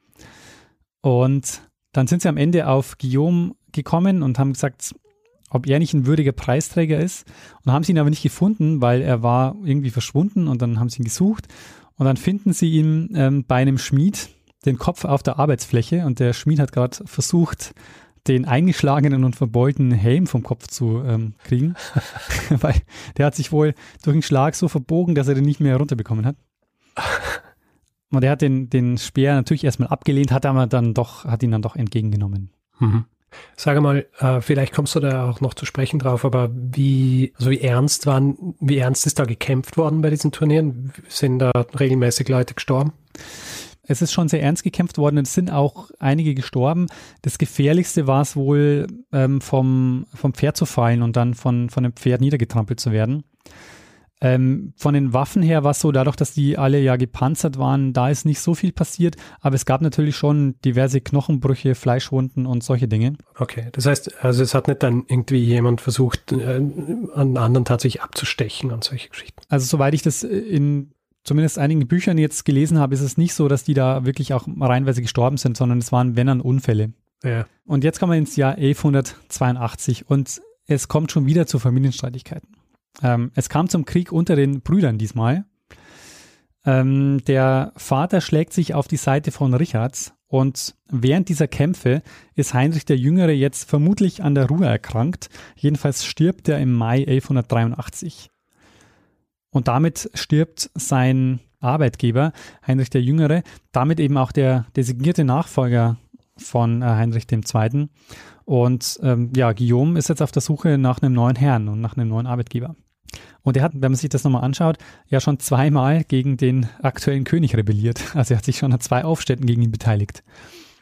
Und dann sind sie am Ende auf Guillaume gekommen und haben gesagt, ob er nicht ein würdiger Preisträger ist. Und haben sie ihn aber nicht gefunden, weil er war irgendwie verschwunden und dann haben sie ihn gesucht. Und dann finden sie ihn ähm, bei einem Schmied, den Kopf auf der Arbeitsfläche. Und der Schmied hat gerade versucht, den eingeschlagenen und verbeulten Helm vom Kopf zu ähm, kriegen, weil der hat sich wohl durch einen Schlag so verbogen, dass er den nicht mehr runterbekommen hat. Und er hat den, den Speer natürlich erstmal abgelehnt, hat aber dann doch, hat ihn dann doch entgegengenommen. Mhm. Sag mal, äh, vielleicht kommst du da auch noch zu sprechen drauf, aber wie, also wie ernst waren, wie ernst ist da gekämpft worden bei diesen Turnieren? Sind da regelmäßig Leute gestorben? Es ist schon sehr ernst gekämpft worden und es sind auch einige gestorben. Das Gefährlichste war es wohl, ähm, vom, vom Pferd zu fallen und dann von, von dem Pferd niedergetrampelt zu werden. Ähm, von den Waffen her war es so, dadurch, dass die alle ja gepanzert waren, da ist nicht so viel passiert, aber es gab natürlich schon diverse Knochenbrüche, Fleischwunden und solche Dinge. Okay, das heißt, also es hat nicht dann irgendwie jemand versucht, äh, einen anderen tatsächlich abzustechen und solche Geschichten? Also soweit ich das in zumindest einigen Büchern jetzt gelesen habe, ist es nicht so, dass die da wirklich auch reihenweise gestorben sind, sondern es waren, wenn dann, Unfälle. Ja. Und jetzt kommen wir ins Jahr elfhundertzweiundachtzig und es kommt schon wieder zu Familienstreitigkeiten. Ähm, es kam zum Krieg unter den Brüdern diesmal. Ähm, der Vater schlägt sich auf die Seite von Richards und während dieser Kämpfe ist Heinrich der Jüngere jetzt vermutlich an der Ruhr erkrankt. Jedenfalls stirbt er im Mai elfhundertdreiundachtzig. Und damit stirbt sein Arbeitgeber, Heinrich der Jüngere, damit eben auch der designierte Nachfolger von äh, Heinrich dem Zweiten. Und ähm, ja, Guillaume ist jetzt auf der Suche nach einem neuen Herrn und nach einem neuen Arbeitgeber. Und er hat, wenn man sich das nochmal anschaut, ja schon zweimal gegen den aktuellen König rebelliert. Also er hat sich schon an zwei Aufständen gegen ihn beteiligt.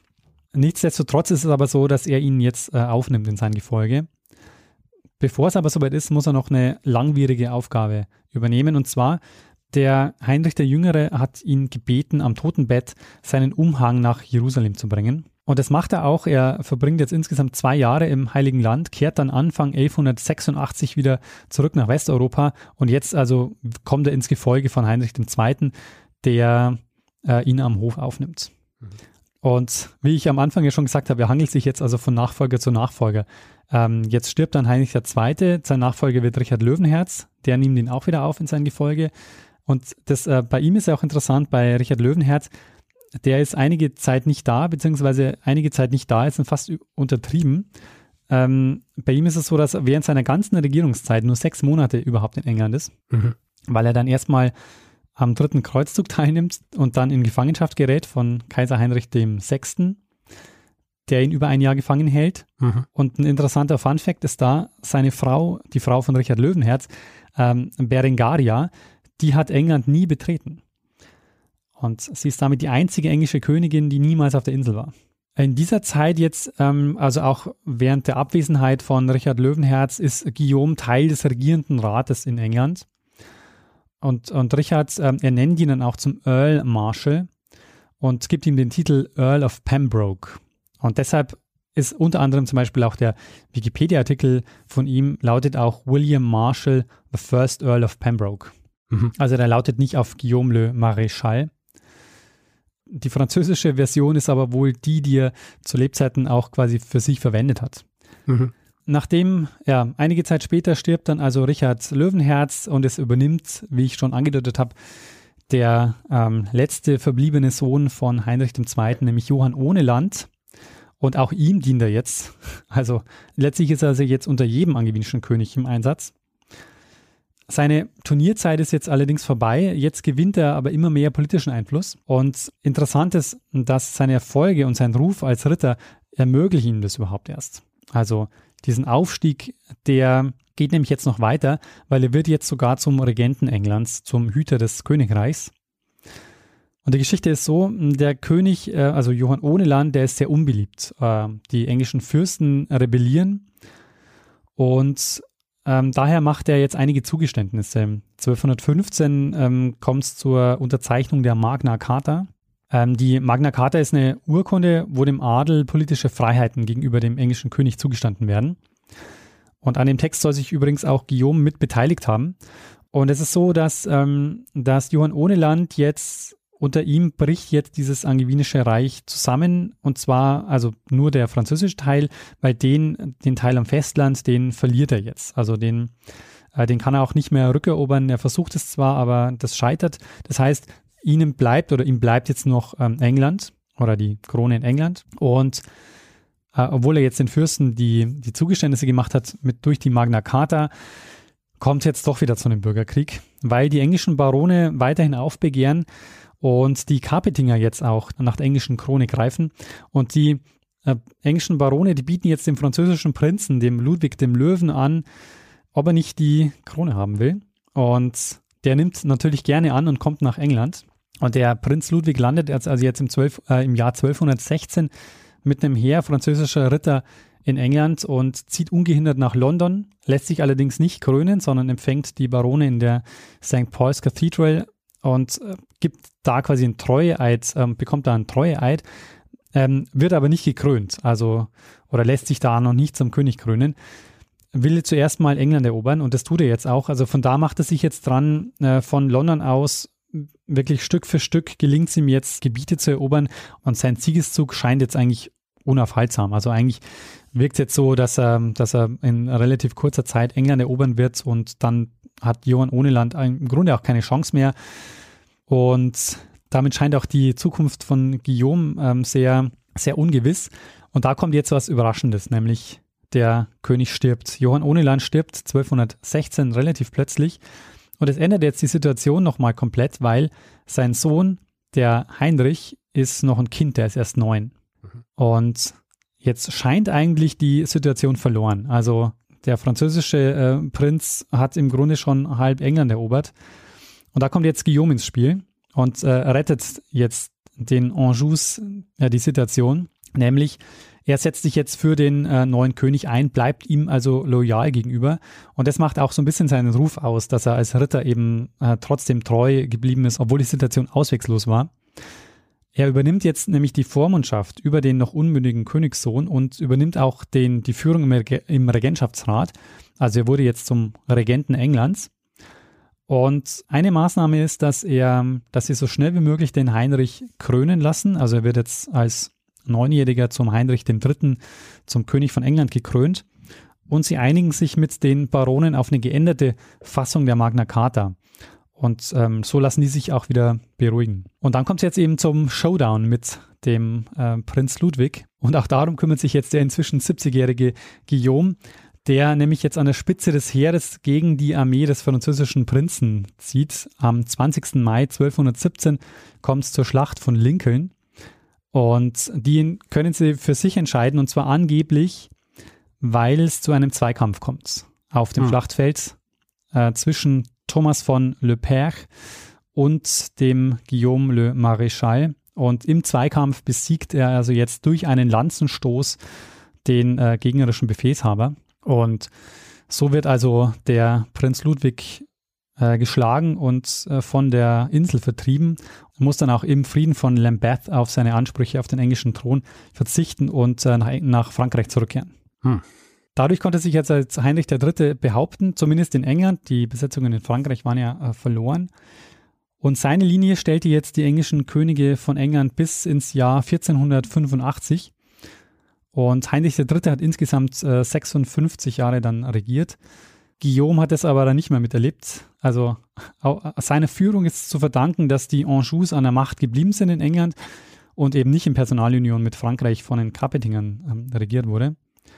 Nichtsdestotrotz ist es aber so, dass er ihn jetzt äh, aufnimmt in sein Gefolge. Bevor es aber soweit ist, muss er noch eine langwierige Aufgabe übernehmen. Und zwar, der Heinrich der Jüngere hat ihn gebeten, am Totenbett seinen Umhang nach Jerusalem zu bringen. Und das macht er auch. Er verbringt jetzt insgesamt zwei Jahre im Heiligen Land, kehrt dann Anfang elfhundertsechsundachtzig wieder zurück nach Westeuropa. Und jetzt also kommt er ins Gefolge von Heinrich der Zweite., der äh, ihn am Hof aufnimmt. Mhm. Und wie ich am Anfang ja schon gesagt habe, er hangelt sich jetzt also von Nachfolger zu Nachfolger. Ähm, jetzt stirbt dann Heinrich der Zweite., sein Nachfolger wird Richard Löwenherz, der nimmt ihn auch wieder auf in sein Gefolge. Und das, äh, bei ihm ist ja auch interessant, bei Richard Löwenherz, der ist einige Zeit nicht da, beziehungsweise einige Zeit nicht da ist und fast untertrieben. Ähm, bei ihm ist es so, dass er während seiner ganzen Regierungszeit nur sechs Monate überhaupt in England ist, mhm. weil er dann erstmal am dritten Kreuzzug teilnimmt und dann in Gefangenschaft gerät von Kaiser Heinrich der Sechste., der ihn über ein Jahr gefangen hält. Mhm. Und ein interessanter Funfact ist da, seine Frau, die Frau von Richard Löwenherz, ähm, Berengaria, die hat England nie betreten. Und sie ist damit die einzige englische Königin, die niemals auf der Insel war. In dieser Zeit jetzt, ähm, also auch während der Abwesenheit von Richard Löwenherz, ist Guillaume Teil des regierenden Rates in England. Und, und Richard, ähm, er nennt ihn dann auch zum Earl Marshal und gibt ihm den Titel Earl of Pembroke. Und deshalb ist unter anderem zum Beispiel auch der Wikipedia-Artikel von ihm lautet auch William Marshal, the first Earl of Pembroke. Mhm. Also der lautet nicht auf Guillaume le Maréchal. Die französische Version ist aber wohl die, die er zu Lebzeiten auch quasi für sich verwendet hat. Mhm. Nachdem, ja, einige Zeit später stirbt dann also Richard Löwenherz und es übernimmt, wie ich schon angedeutet habe, der ähm, letzte verbliebene Sohn von Heinrich der Zweite., nämlich Johann Ohneland. Und auch ihm dient er jetzt. Also letztlich ist er also jetzt unter jedem angewinschen König im Einsatz. Seine Turnierzeit ist jetzt allerdings vorbei. Jetzt gewinnt er aber immer mehr politischen Einfluss. Und interessant ist, dass seine Erfolge und sein Ruf als Ritter ermöglichen ihm das überhaupt erst. Also diesen Aufstieg, der geht nämlich jetzt noch weiter, weil er wird jetzt sogar zum Regenten Englands, zum Hüter des Königreichs. Und die Geschichte ist so, der König, also Johann Ohneland, der ist sehr unbeliebt. Die englischen Fürsten rebellieren und ähm, daher macht er jetzt einige Zugeständnisse. zwölfhundertfünfzehn ähm, kommt es zur Unterzeichnung der Magna Carta. Ähm, die Magna Carta ist eine Urkunde, wo dem Adel politische Freiheiten gegenüber dem englischen König zugestanden werden. Und an dem Text soll sich übrigens auch Guillaume mit beteiligt haben. Und es ist so, dass, ähm, dass Johann Ohneland jetzt unter ihm bricht jetzt dieses angevinische Reich zusammen, und zwar also nur der französische Teil, weil den, den Teil am Festland, den verliert er jetzt. Also den, äh, den kann er auch nicht mehr rückerobern. Er versucht es zwar, aber das scheitert. Das heißt, ihnen bleibt oder ihm bleibt jetzt noch ähm, England oder die Krone in England. Und äh, obwohl er jetzt den Fürsten die, die Zugeständnisse gemacht hat mit durch die Magna Carta, kommt es jetzt doch wieder zu einem Bürgerkrieg, weil die englischen Barone weiterhin aufbegehren und die Kapetinger jetzt auch nach der englischen Krone greifen. Und die äh, englischen Barone, die bieten jetzt dem französischen Prinzen, dem Ludwig dem Löwen, an, ob er nicht die Krone haben will. Und der nimmt natürlich gerne an und kommt nach England. Und der Prinz Ludwig landet jetzt also jetzt im, zwölf, äh, im Jahr zwölfhundertsechzehn mit einem Heer französischer Ritter in England und zieht ungehindert nach London, lässt sich allerdings nicht krönen, sondern empfängt die Barone in der Sankt Paul's Cathedral und äh, gibt da quasi einen Treueeid, ähm, bekommt da einen Treueeid, ähm, wird aber nicht gekrönt, also oder lässt sich da noch nicht zum König krönen, will zuerst mal England erobern und das tut er jetzt auch. Also von da macht er sich jetzt dran, äh, von London aus wirklich Stück für Stück gelingt es ihm jetzt, Gebiete zu erobern und sein Siegeszug scheint jetzt eigentlich unaufhaltsam. Also eigentlich wirkt es jetzt so, dass er, dass er in relativ kurzer Zeit England erobern wird und dann hat Johann Ohneland im Grunde auch keine Chance mehr. Und damit scheint auch die Zukunft von Guillaume ähm, sehr, sehr ungewiss. Und da kommt jetzt was Überraschendes, nämlich der König stirbt. Johann Ohneland stirbt zwölfhundertsechzehn relativ plötzlich. Und es ändert jetzt die Situation nochmal komplett, weil sein Sohn, der Heinrich, ist noch ein Kind, der ist erst neun. Mhm. Und jetzt scheint eigentlich die Situation verloren. Also der französische äh, Prinz hat im Grunde schon halb England erobert. Und da kommt jetzt Guillaume ins Spiel und äh, rettet jetzt den Anjous äh, die Situation. Nämlich, er setzt sich jetzt für den äh, neuen König ein, bleibt ihm also loyal gegenüber. Und das macht auch so ein bisschen seinen Ruf aus, dass er als Ritter eben äh, trotzdem treu geblieben ist, obwohl die Situation auswegslos war. Er übernimmt jetzt nämlich die Vormundschaft über den noch unmündigen Königssohn und übernimmt auch den, die Führung im, Reg- im Regentschaftsrat. Also er wurde jetzt zum Regenten Englands. Und eine Maßnahme ist, dass er, dass sie so schnell wie möglich den Heinrich krönen lassen. Also er wird jetzt als Neunjähriger zum Heinrich der Dritte, zum König von England gekrönt. Und sie einigen sich mit den Baronen auf eine geänderte Fassung der Magna Carta. Und ähm, so lassen die sich auch wieder beruhigen. Und dann kommt es jetzt eben zum Showdown mit dem äh, Prinz Ludwig. Und auch darum kümmert sich jetzt der inzwischen siebzigjährige Guillaume, der nämlich jetzt an der Spitze des Heeres gegen die Armee des französischen Prinzen zieht. Am zwanzigsten Mai zwölfhundertsiebzehn kommt es zur Schlacht von Lincoln. Und die können sie für sich entscheiden, und zwar angeblich, weil es zu einem Zweikampf kommt auf dem hm. Schlachtfeld äh, zwischen Thomas von Le Perche und dem Guillaume le Maréchal. Und im Zweikampf besiegt er also jetzt durch einen Lanzenstoß den äh, gegnerischen Befehlshaber. Und so wird also der Prinz Ludwig äh, geschlagen und äh, von der Insel vertrieben. Muss dann auch im Frieden von Lambeth auf seine Ansprüche auf den englischen Thron verzichten und äh, nach, nach Frankreich zurückkehren. Hm. Dadurch konnte sich jetzt als Heinrich der Dritte behaupten, zumindest in England. Die Besetzungen in Frankreich waren ja äh, verloren. Und seine Linie stellte jetzt die englischen Könige von England bis ins Jahr vierzehnhundertfünfundachtzig. Und Heinrich der Dritte hat insgesamt äh, sechsundfünfzig Jahre dann regiert. Guillaume hat es aber dann nicht mehr miterlebt. Also auch seiner Führung ist zu verdanken, dass die Anjous an der Macht geblieben sind in England und eben nicht in Personalunion mit Frankreich von den Capetingern ähm, regiert wurde.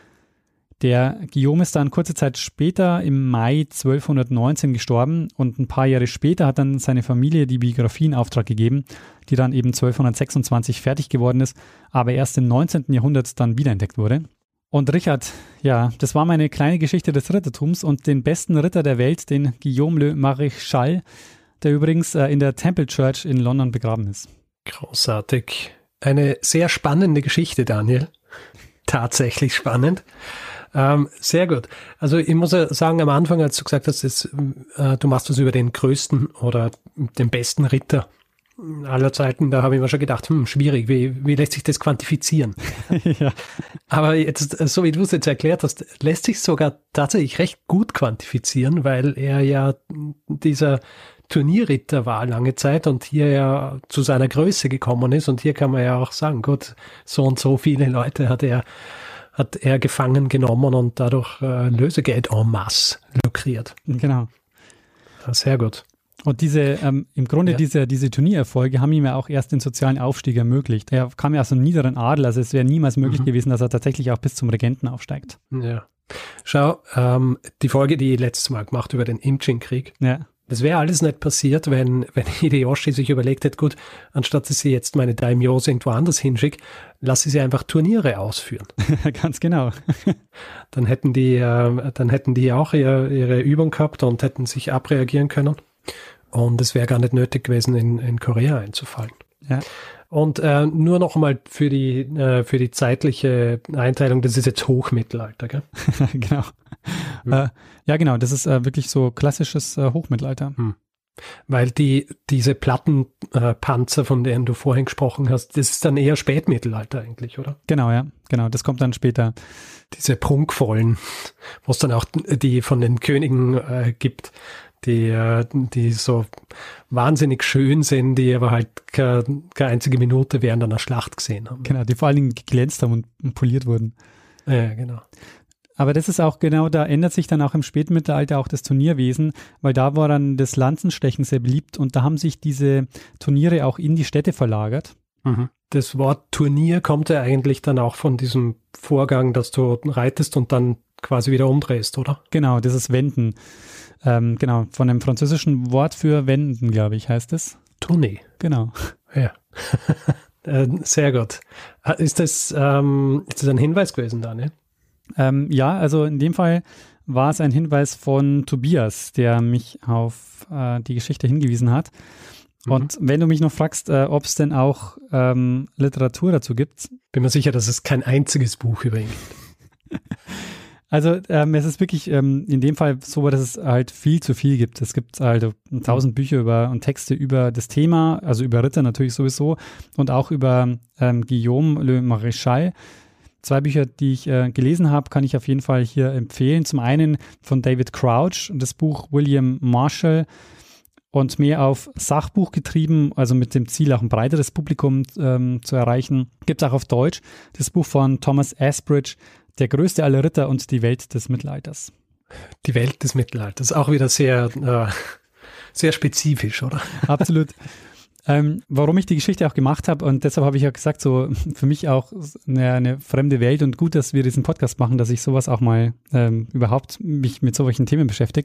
Der Guillaume ist dann kurze Zeit später im Mai zwölfhundertneunzehn gestorben und ein paar Jahre später hat dann seine Familie die Biografie in Auftrag gegeben, die dann eben zwölfhundertsechsundzwanzig fertig geworden ist, aber erst im neunzehnten Jahrhundert dann wiederentdeckt wurde. Und Richard, ja, das war meine kleine Geschichte des Rittertums und den besten Ritter der Welt, den Guillaume le Maréchal, der übrigens äh, in der Temple Church in London begraben ist. Großartig. Eine sehr spannende Geschichte, Daniel. Tatsächlich spannend. Ähm, sehr gut. Also ich muss ja sagen, am Anfang, als du gesagt hast, dass, äh, du machst was über den größten oder den besten Ritter aller Zeiten, da habe ich mir schon gedacht, hm, schwierig, wie, wie lässt sich das quantifizieren? Ja. Aber jetzt, so wie du es jetzt erklärt hast, lässt sich sogar tatsächlich recht gut quantifizieren, weil er ja dieser Turnierritter war lange Zeit und hier ja zu seiner Größe gekommen ist und hier kann man ja auch sagen, gut, so und so viele Leute hat er hat er gefangen genommen und dadurch äh, Lösegeld en masse lukriert. Genau. Ja, sehr gut. Und diese, ähm, im Grunde ja. diese, diese Turniererfolge haben ihm ja auch erst den sozialen Aufstieg ermöglicht. Er kam ja aus einem niederen Adel, also es wäre niemals möglich mhm. gewesen, dass er tatsächlich auch bis zum Regenten aufsteigt. Ja. Schau, ähm, die Folge, die ich letztes Mal gemacht über den Imjin-Krieg, ja. das wäre alles nicht passiert, wenn, wenn Hideyoshi sich überlegt hätte, gut, anstatt dass ich jetzt meine Daimyos irgendwo anders hinschicke, lasse ich sie einfach Turniere ausführen. Ganz genau. Dann hätten die, äh, dann hätten die auch ihre, ihre Übung gehabt und hätten sich abreagieren können. Und es wäre gar nicht nötig gewesen, in, in Korea einzufallen. Ja. Und äh, nur noch einmal für die, äh, für die zeitliche Einteilung, das ist jetzt Hochmittelalter, gell? Genau. Hm. Äh, ja, genau, das ist äh, wirklich so klassisches äh, Hochmittelalter. Hm. Weil die diese Plattenpanzer, äh, von denen du vorhin gesprochen hast, das ist dann eher Spätmittelalter eigentlich, oder? Genau, ja, genau, das kommt dann später. Diese prunkvollen, wo es dann auch die von den Königen äh, gibt, die, die so wahnsinnig schön sind, die aber halt keine, keine einzige Minute während einer Schlacht gesehen haben. Genau, die vor allen Dingen geglänzt haben und poliert wurden. Ja, genau. Aber das ist auch genau, da ändert sich dann auch im Spätmittelalter auch das Turnierwesen, weil da war dann das Lanzenstechen sehr beliebt und da haben sich diese Turniere auch in die Städte verlagert. Mhm. Das Wort Turnier kommt ja eigentlich dann auch von diesem Vorgang, dass du reitest und dann quasi wieder umdrehst, oder? Genau, das ist Wenden. Ähm, genau, von dem französischen Wort für Wenden, glaube ich, heißt es. Tournee. Genau. Ja. äh, sehr gut. Ist das, ähm, ist das ein Hinweis gewesen, Daniel? Ähm, ja, also in dem Fall war es ein Hinweis von Tobias, der mich auf äh, die Geschichte hingewiesen hat. Mhm. Und wenn du mich noch fragst, äh, ob es denn auch ähm, Literatur dazu gibt. Bin mir sicher, dass es kein einziges Buch über ihn gibt. Also ähm, es ist wirklich ähm, in dem Fall so, dass es halt viel zu viel gibt. Es gibt also tausend Bücher über und Texte über das Thema, also über Ritter natürlich sowieso und auch über ähm, Guillaume Le Maréchal. Zwei Bücher, die ich äh, gelesen habe, kann ich auf jeden Fall hier empfehlen. Zum einen von David Crouch, das Buch William Marshall und mehr auf Sachbuch getrieben, also mit dem Ziel, auch ein breiteres Publikum ähm, zu erreichen. Gibt es auch auf Deutsch das Buch von Thomas Asbridge, Der größte aller Ritter und die Welt des Mittelalters. Die Welt des Mittelalters, auch wieder sehr, äh, sehr spezifisch, oder? Absolut. Ähm, warum ich die Geschichte auch gemacht habe und deshalb habe ich ja gesagt, so für mich auch eine, eine fremde Welt und gut, dass wir diesen Podcast machen, dass ich sowas auch mal ähm, überhaupt mich mit solchen Themen beschäftige.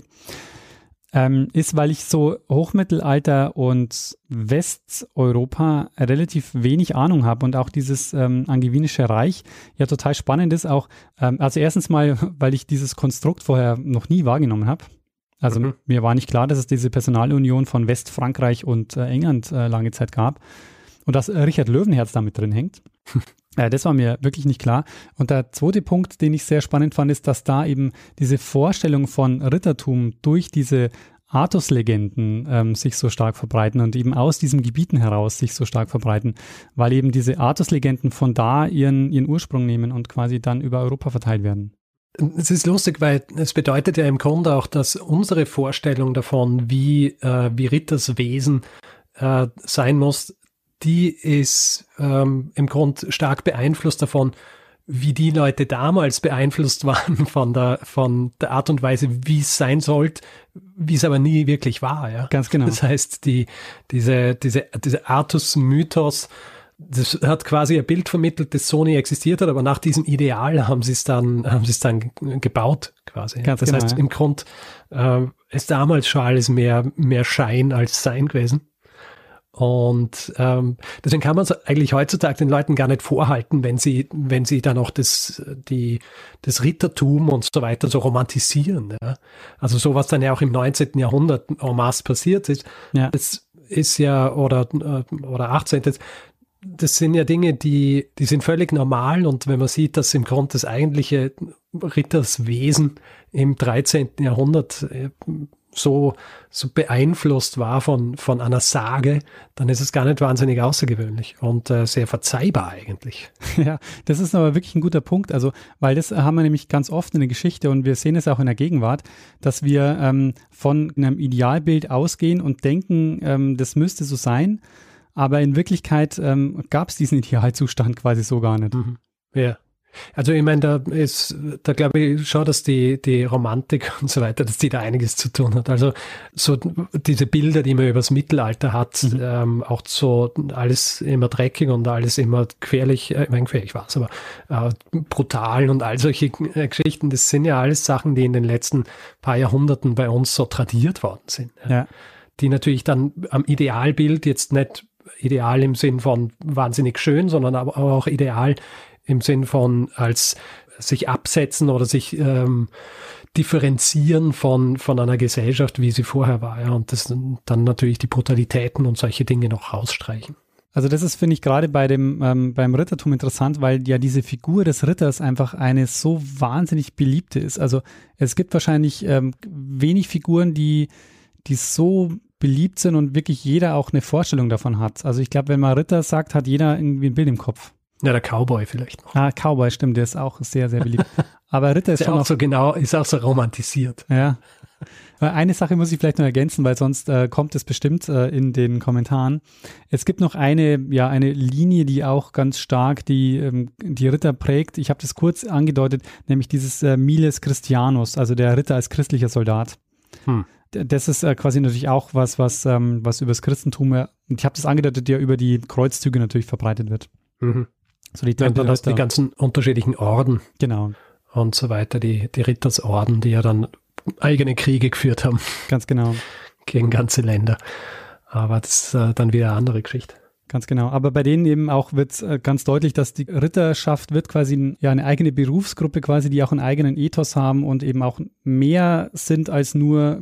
Ähm, ist, weil ich so Hochmittelalter und Westeuropa relativ wenig Ahnung habe und auch dieses ähm, Angevinische Reich ja total spannend ist. Auch, ähm, also erstens mal, weil ich dieses Konstrukt vorher noch nie wahrgenommen habe. Also mhm. mir war nicht klar, dass es diese Personalunion von Westfrankreich und äh, England äh, lange Zeit gab und dass äh, Richard Löwenherz da mit drin hängt. Ja, das war mir wirklich nicht klar. Und der zweite Punkt, den ich sehr spannend fand, ist, dass da eben diese Vorstellung von Rittertum durch diese Artus-Legenden ähm, sich so stark verbreiten und eben aus diesen Gebieten heraus sich so stark verbreiten, weil eben diese Artus-Legenden von da ihren, ihren Ursprung nehmen und quasi dann über Europa verteilt werden. Es ist lustig, weil es bedeutet ja im Grunde auch, dass unsere Vorstellung davon, wie, äh, wie Ritterswesen äh, sein muss, die ist ähm, im Grunde stark beeinflusst davon, wie die Leute damals beeinflusst waren von der, von der Art und Weise, wie es sein sollte, wie es aber nie wirklich war. Ja? Ganz genau. Das heißt, die, diese, diese, diese Artus-Mythos, das hat quasi ein Bild vermittelt, das so nie existiert hat, aber nach diesem Ideal haben sie es dann, haben sie es dann gebaut, quasi. Ganz das genau, heißt, ja. im Grunde äh, ist damals schon alles mehr, mehr Schein als Sein gewesen. Und ähm, deswegen kann man es eigentlich heutzutage den Leuten gar nicht vorhalten, wenn sie, wenn sie dann auch das, die, das Rittertum und so weiter so romantisieren. Ja? Also so, was dann ja auch im neunzehnten Jahrhundert en masse passiert ist, ja. das ist ja, oder, oder achtzehnten Das sind ja Dinge, die, die sind völlig normal, und wenn man sieht, dass im Grunde das eigentliche Ritterswesen im dreizehnten Jahrhundert so, so beeinflusst war von, von einer Sage, dann ist es gar nicht wahnsinnig außergewöhnlich und äh, sehr verzeihbar eigentlich. Ja, das ist aber wirklich ein guter Punkt, also, weil das haben wir nämlich ganz oft in der Geschichte und wir sehen es auch in der Gegenwart, dass wir ähm, von einem Idealbild ausgehen und denken, ähm, das müsste so sein, aber in Wirklichkeit ähm, gab es diesen Idealzustand quasi so gar nicht. Mhm. Ja. Also ich meine, da ist, da glaube ich schon, dass die, die Romantik und so weiter, dass die da einiges zu tun hat. Also so diese Bilder, die man übers Mittelalter hat, mhm. ähm, auch so alles immer dreckig und alles immer gefährlich, äh, ich meine, gefährlich war es, aber äh, brutal und all solche äh, Geschichten, das sind ja alles Sachen, die in den letzten paar Jahrhunderten bei uns so tradiert worden sind. Ja. Ja. Die natürlich dann am Idealbild jetzt nicht ideal im Sinn von wahnsinnig schön, sondern aber auch ideal im Sinn von als sich absetzen oder sich ähm, differenzieren von, von einer Gesellschaft, wie sie vorher war. Ja, und das dann natürlich die Brutalitäten und solche Dinge noch rausstreichen. Also das ist, finde ich, gerade bei dem ähm, beim Rittertum interessant, weil ja diese Figur des Ritters einfach eine so wahnsinnig beliebte ist. Also es gibt wahrscheinlich ähm, wenig Figuren, die, die so beliebt sind und wirklich jeder auch eine Vorstellung davon hat. Also ich glaube, wenn man Ritter sagt, hat jeder irgendwie ein Bild im Kopf. Ja, der Cowboy vielleicht noch. Ah, Cowboy, stimmt, der ist auch sehr, sehr beliebt. Aber Ritter ist der schon auch so genau, ist auch so romantisiert. Ja. Eine Sache muss ich vielleicht noch ergänzen, weil sonst äh, kommt es bestimmt äh, in den Kommentaren. Es gibt noch eine, ja, eine Linie, die auch ganz stark die, ähm, die Ritter prägt. Ich habe das kurz angedeutet, nämlich dieses äh, Miles Christianus, also der Ritter als christlicher Soldat. Hm. Das ist äh, quasi natürlich auch was, was, ähm, was über das Christentum, äh, ich habe das angedeutet, ja über die Kreuzzüge natürlich verbreitet wird. Mhm. So die, ja, dann hast du die ganzen unterschiedlichen Orden. Genau. Und so weiter, die, die Rittersorden, die ja dann eigene Kriege geführt haben. Ganz genau. Gegen ganze Länder. Aber das ist äh, dann wieder eine andere Geschichte. Ganz genau. Aber bei denen eben auch wird äh, ganz deutlich, dass die Ritterschaft wird quasi ein, ja, eine eigene Berufsgruppe quasi, die auch einen eigenen Ethos haben und eben auch mehr sind als nur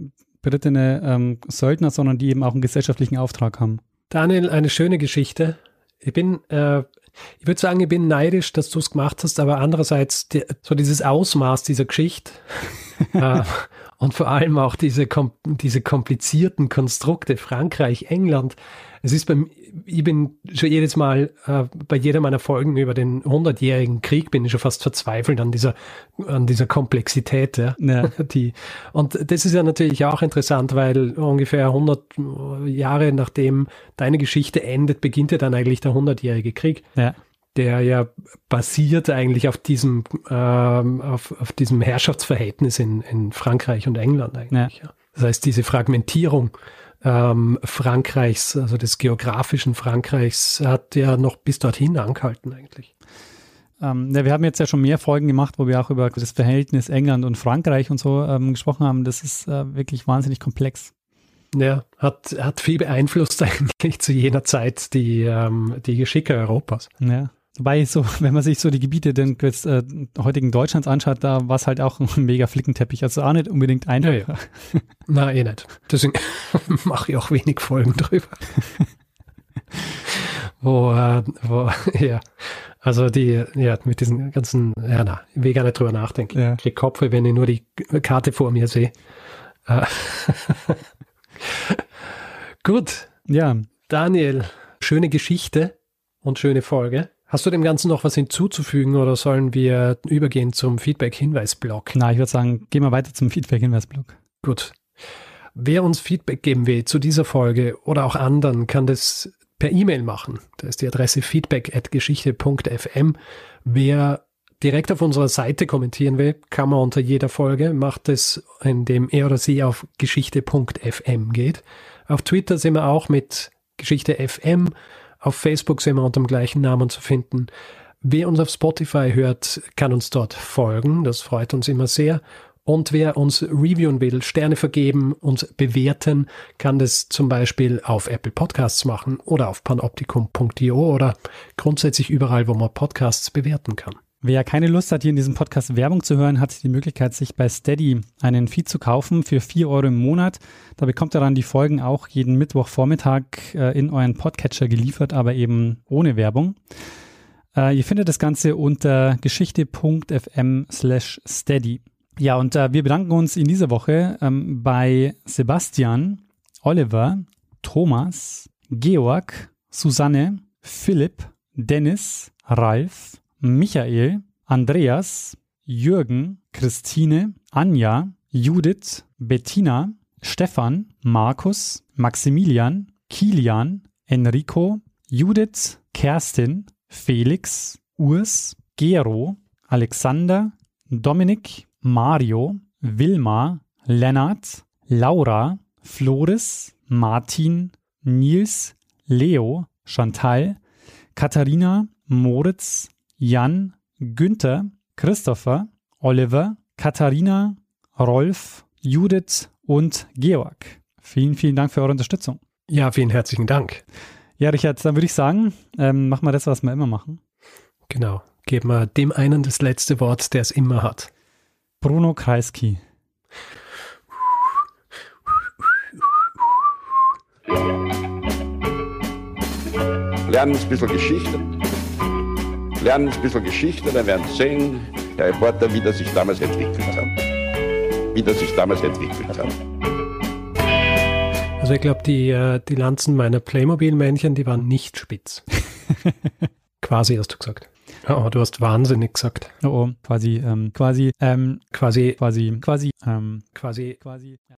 berittene ähm, Söldner, sondern die eben auch einen gesellschaftlichen Auftrag haben. Daniel, eine schöne Geschichte. Ich bin, äh, ich würde sagen, ich bin neidisch, dass du es gemacht hast, aber andererseits die, so dieses Ausmaß dieser Geschichte äh, und vor allem auch diese, kom diese komplizierten Konstrukte, Frankreich, England. Es ist beim, ich bin schon jedes Mal äh, bei jeder meiner Folgen über den hundertjährigen Krieg bin ich schon fast verzweifelt an dieser, an dieser Komplexität. Ja. Ja. Die, und das ist ja natürlich auch interessant, weil ungefähr hundert Jahre nachdem deine Geschichte endet, beginnt ja dann eigentlich der hundertjährige Krieg. Ja. Der ja basiert eigentlich auf diesem, ähm, auf, auf diesem Herrschaftsverhältnis in, in Frankreich und England eigentlich. Ja. Ja. Das heißt, diese Fragmentierung ähm, Frankreichs, also des geografischen Frankreichs, hat ja noch bis dorthin angehalten eigentlich. Ähm, ja, wir haben jetzt ja schon mehr Folgen gemacht, wo wir auch über das Verhältnis England und Frankreich und so ähm, gesprochen haben. Das ist äh, wirklich wahnsinnig komplex. Ja, hat, hat viel beeinflusst eigentlich zu jener Zeit die, ähm, die Geschicke Europas. Ja. Wobei, so, wenn man sich so die Gebiete den, des äh, heutigen Deutschlands anschaut, da war es halt auch ein mega Flickenteppich. Also auch nicht unbedingt einfach. Ja, ja. Nein, eh nicht. Deswegen mache ich auch wenig Folgen drüber. wo, äh, wo, ja, also die, ja, mit diesen ganzen, ja, na, ich will gar nicht drüber nachdenken. Ja. Ich kriege Kopf, wenn ich nur die Karte vor mir sehe. Äh. Gut. Ja. Daniel, schöne Geschichte und schöne Folge. Hast du dem Ganzen noch was hinzuzufügen oder sollen wir übergehen zum Feedback-Hinweis-Blog? Na, ich würde sagen, gehen wir weiter zum Feedback-Hinweis-Blog. Gut. Wer uns Feedback geben will zu dieser Folge oder auch anderen, kann das per E-Mail machen. Da ist die Adresse feedback at geschichte punkt f m. Wer direkt auf unserer Seite kommentieren will, kann man unter jeder Folge, macht es, indem er oder sie auf geschichte punkt f m geht. Auf Twitter sind wir auch mit Geschichte F M. Auf Facebook sind wir unter dem gleichen Namen zu finden. Wer uns auf Spotify hört, kann uns dort folgen. Das freut uns immer sehr. Und wer uns reviewen will, Sterne vergeben und bewerten, kann das zum Beispiel auf Apple Podcasts machen oder auf panoptikum punkt i o oder grundsätzlich überall, wo man Podcasts bewerten kann. Wer keine Lust hat, hier in diesem Podcast Werbung zu hören, hat die Möglichkeit, sich bei Steady einen Feed zu kaufen für vier Euro im Monat. Da bekommt ihr dann die Folgen auch jeden Mittwochvormittag äh, in euren Podcatcher geliefert, aber eben ohne Werbung. Äh, ihr findet das Ganze unter geschichte punkt f m slash steady. Ja, und äh, wir bedanken uns in dieser Woche ähm, bei Sebastian, Oliver, Thomas, Georg, Susanne, Philipp, Dennis, Ralf, Michael, Andreas, Jürgen, Christine, Anja, Judith, Bettina, Stefan, Markus, Maximilian, Kilian, Enrico, Judith, Kerstin, Felix, Urs, Gero, Alexander, Dominik, Mario, Wilma, Lennart, Laura, Floris, Martin, Nils, Leo, Chantal, Katharina, Moritz, Jan, Günther, Christopher, Oliver, Katharina, Rolf, Judith und Georg. Vielen, vielen Dank für eure Unterstützung. Ja, vielen herzlichen Dank. Ja, Richard, dann würde ich sagen, ähm, machen wir das, was wir immer machen. Genau. Geben wir dem einen das letzte Wort, der es immer hat. Bruno Kreisky. Lernen ein bisschen Geschichte. Lernen ein bisschen Geschichte, dann werden Sie sehen, der Reporter, wie das sich damals entwickelt hat. Wie das sich damals entwickelt hat. Also ich glaube, die, die Lanzen meiner Playmobil-Männchen, die waren nicht spitz. Quasi hast du gesagt. Oh, du hast wahnsinnig gesagt. Oh, oh quasi, ähm, quasi, ähm, quasi, quasi, quasi, ähm, quasi, quasi. Ja.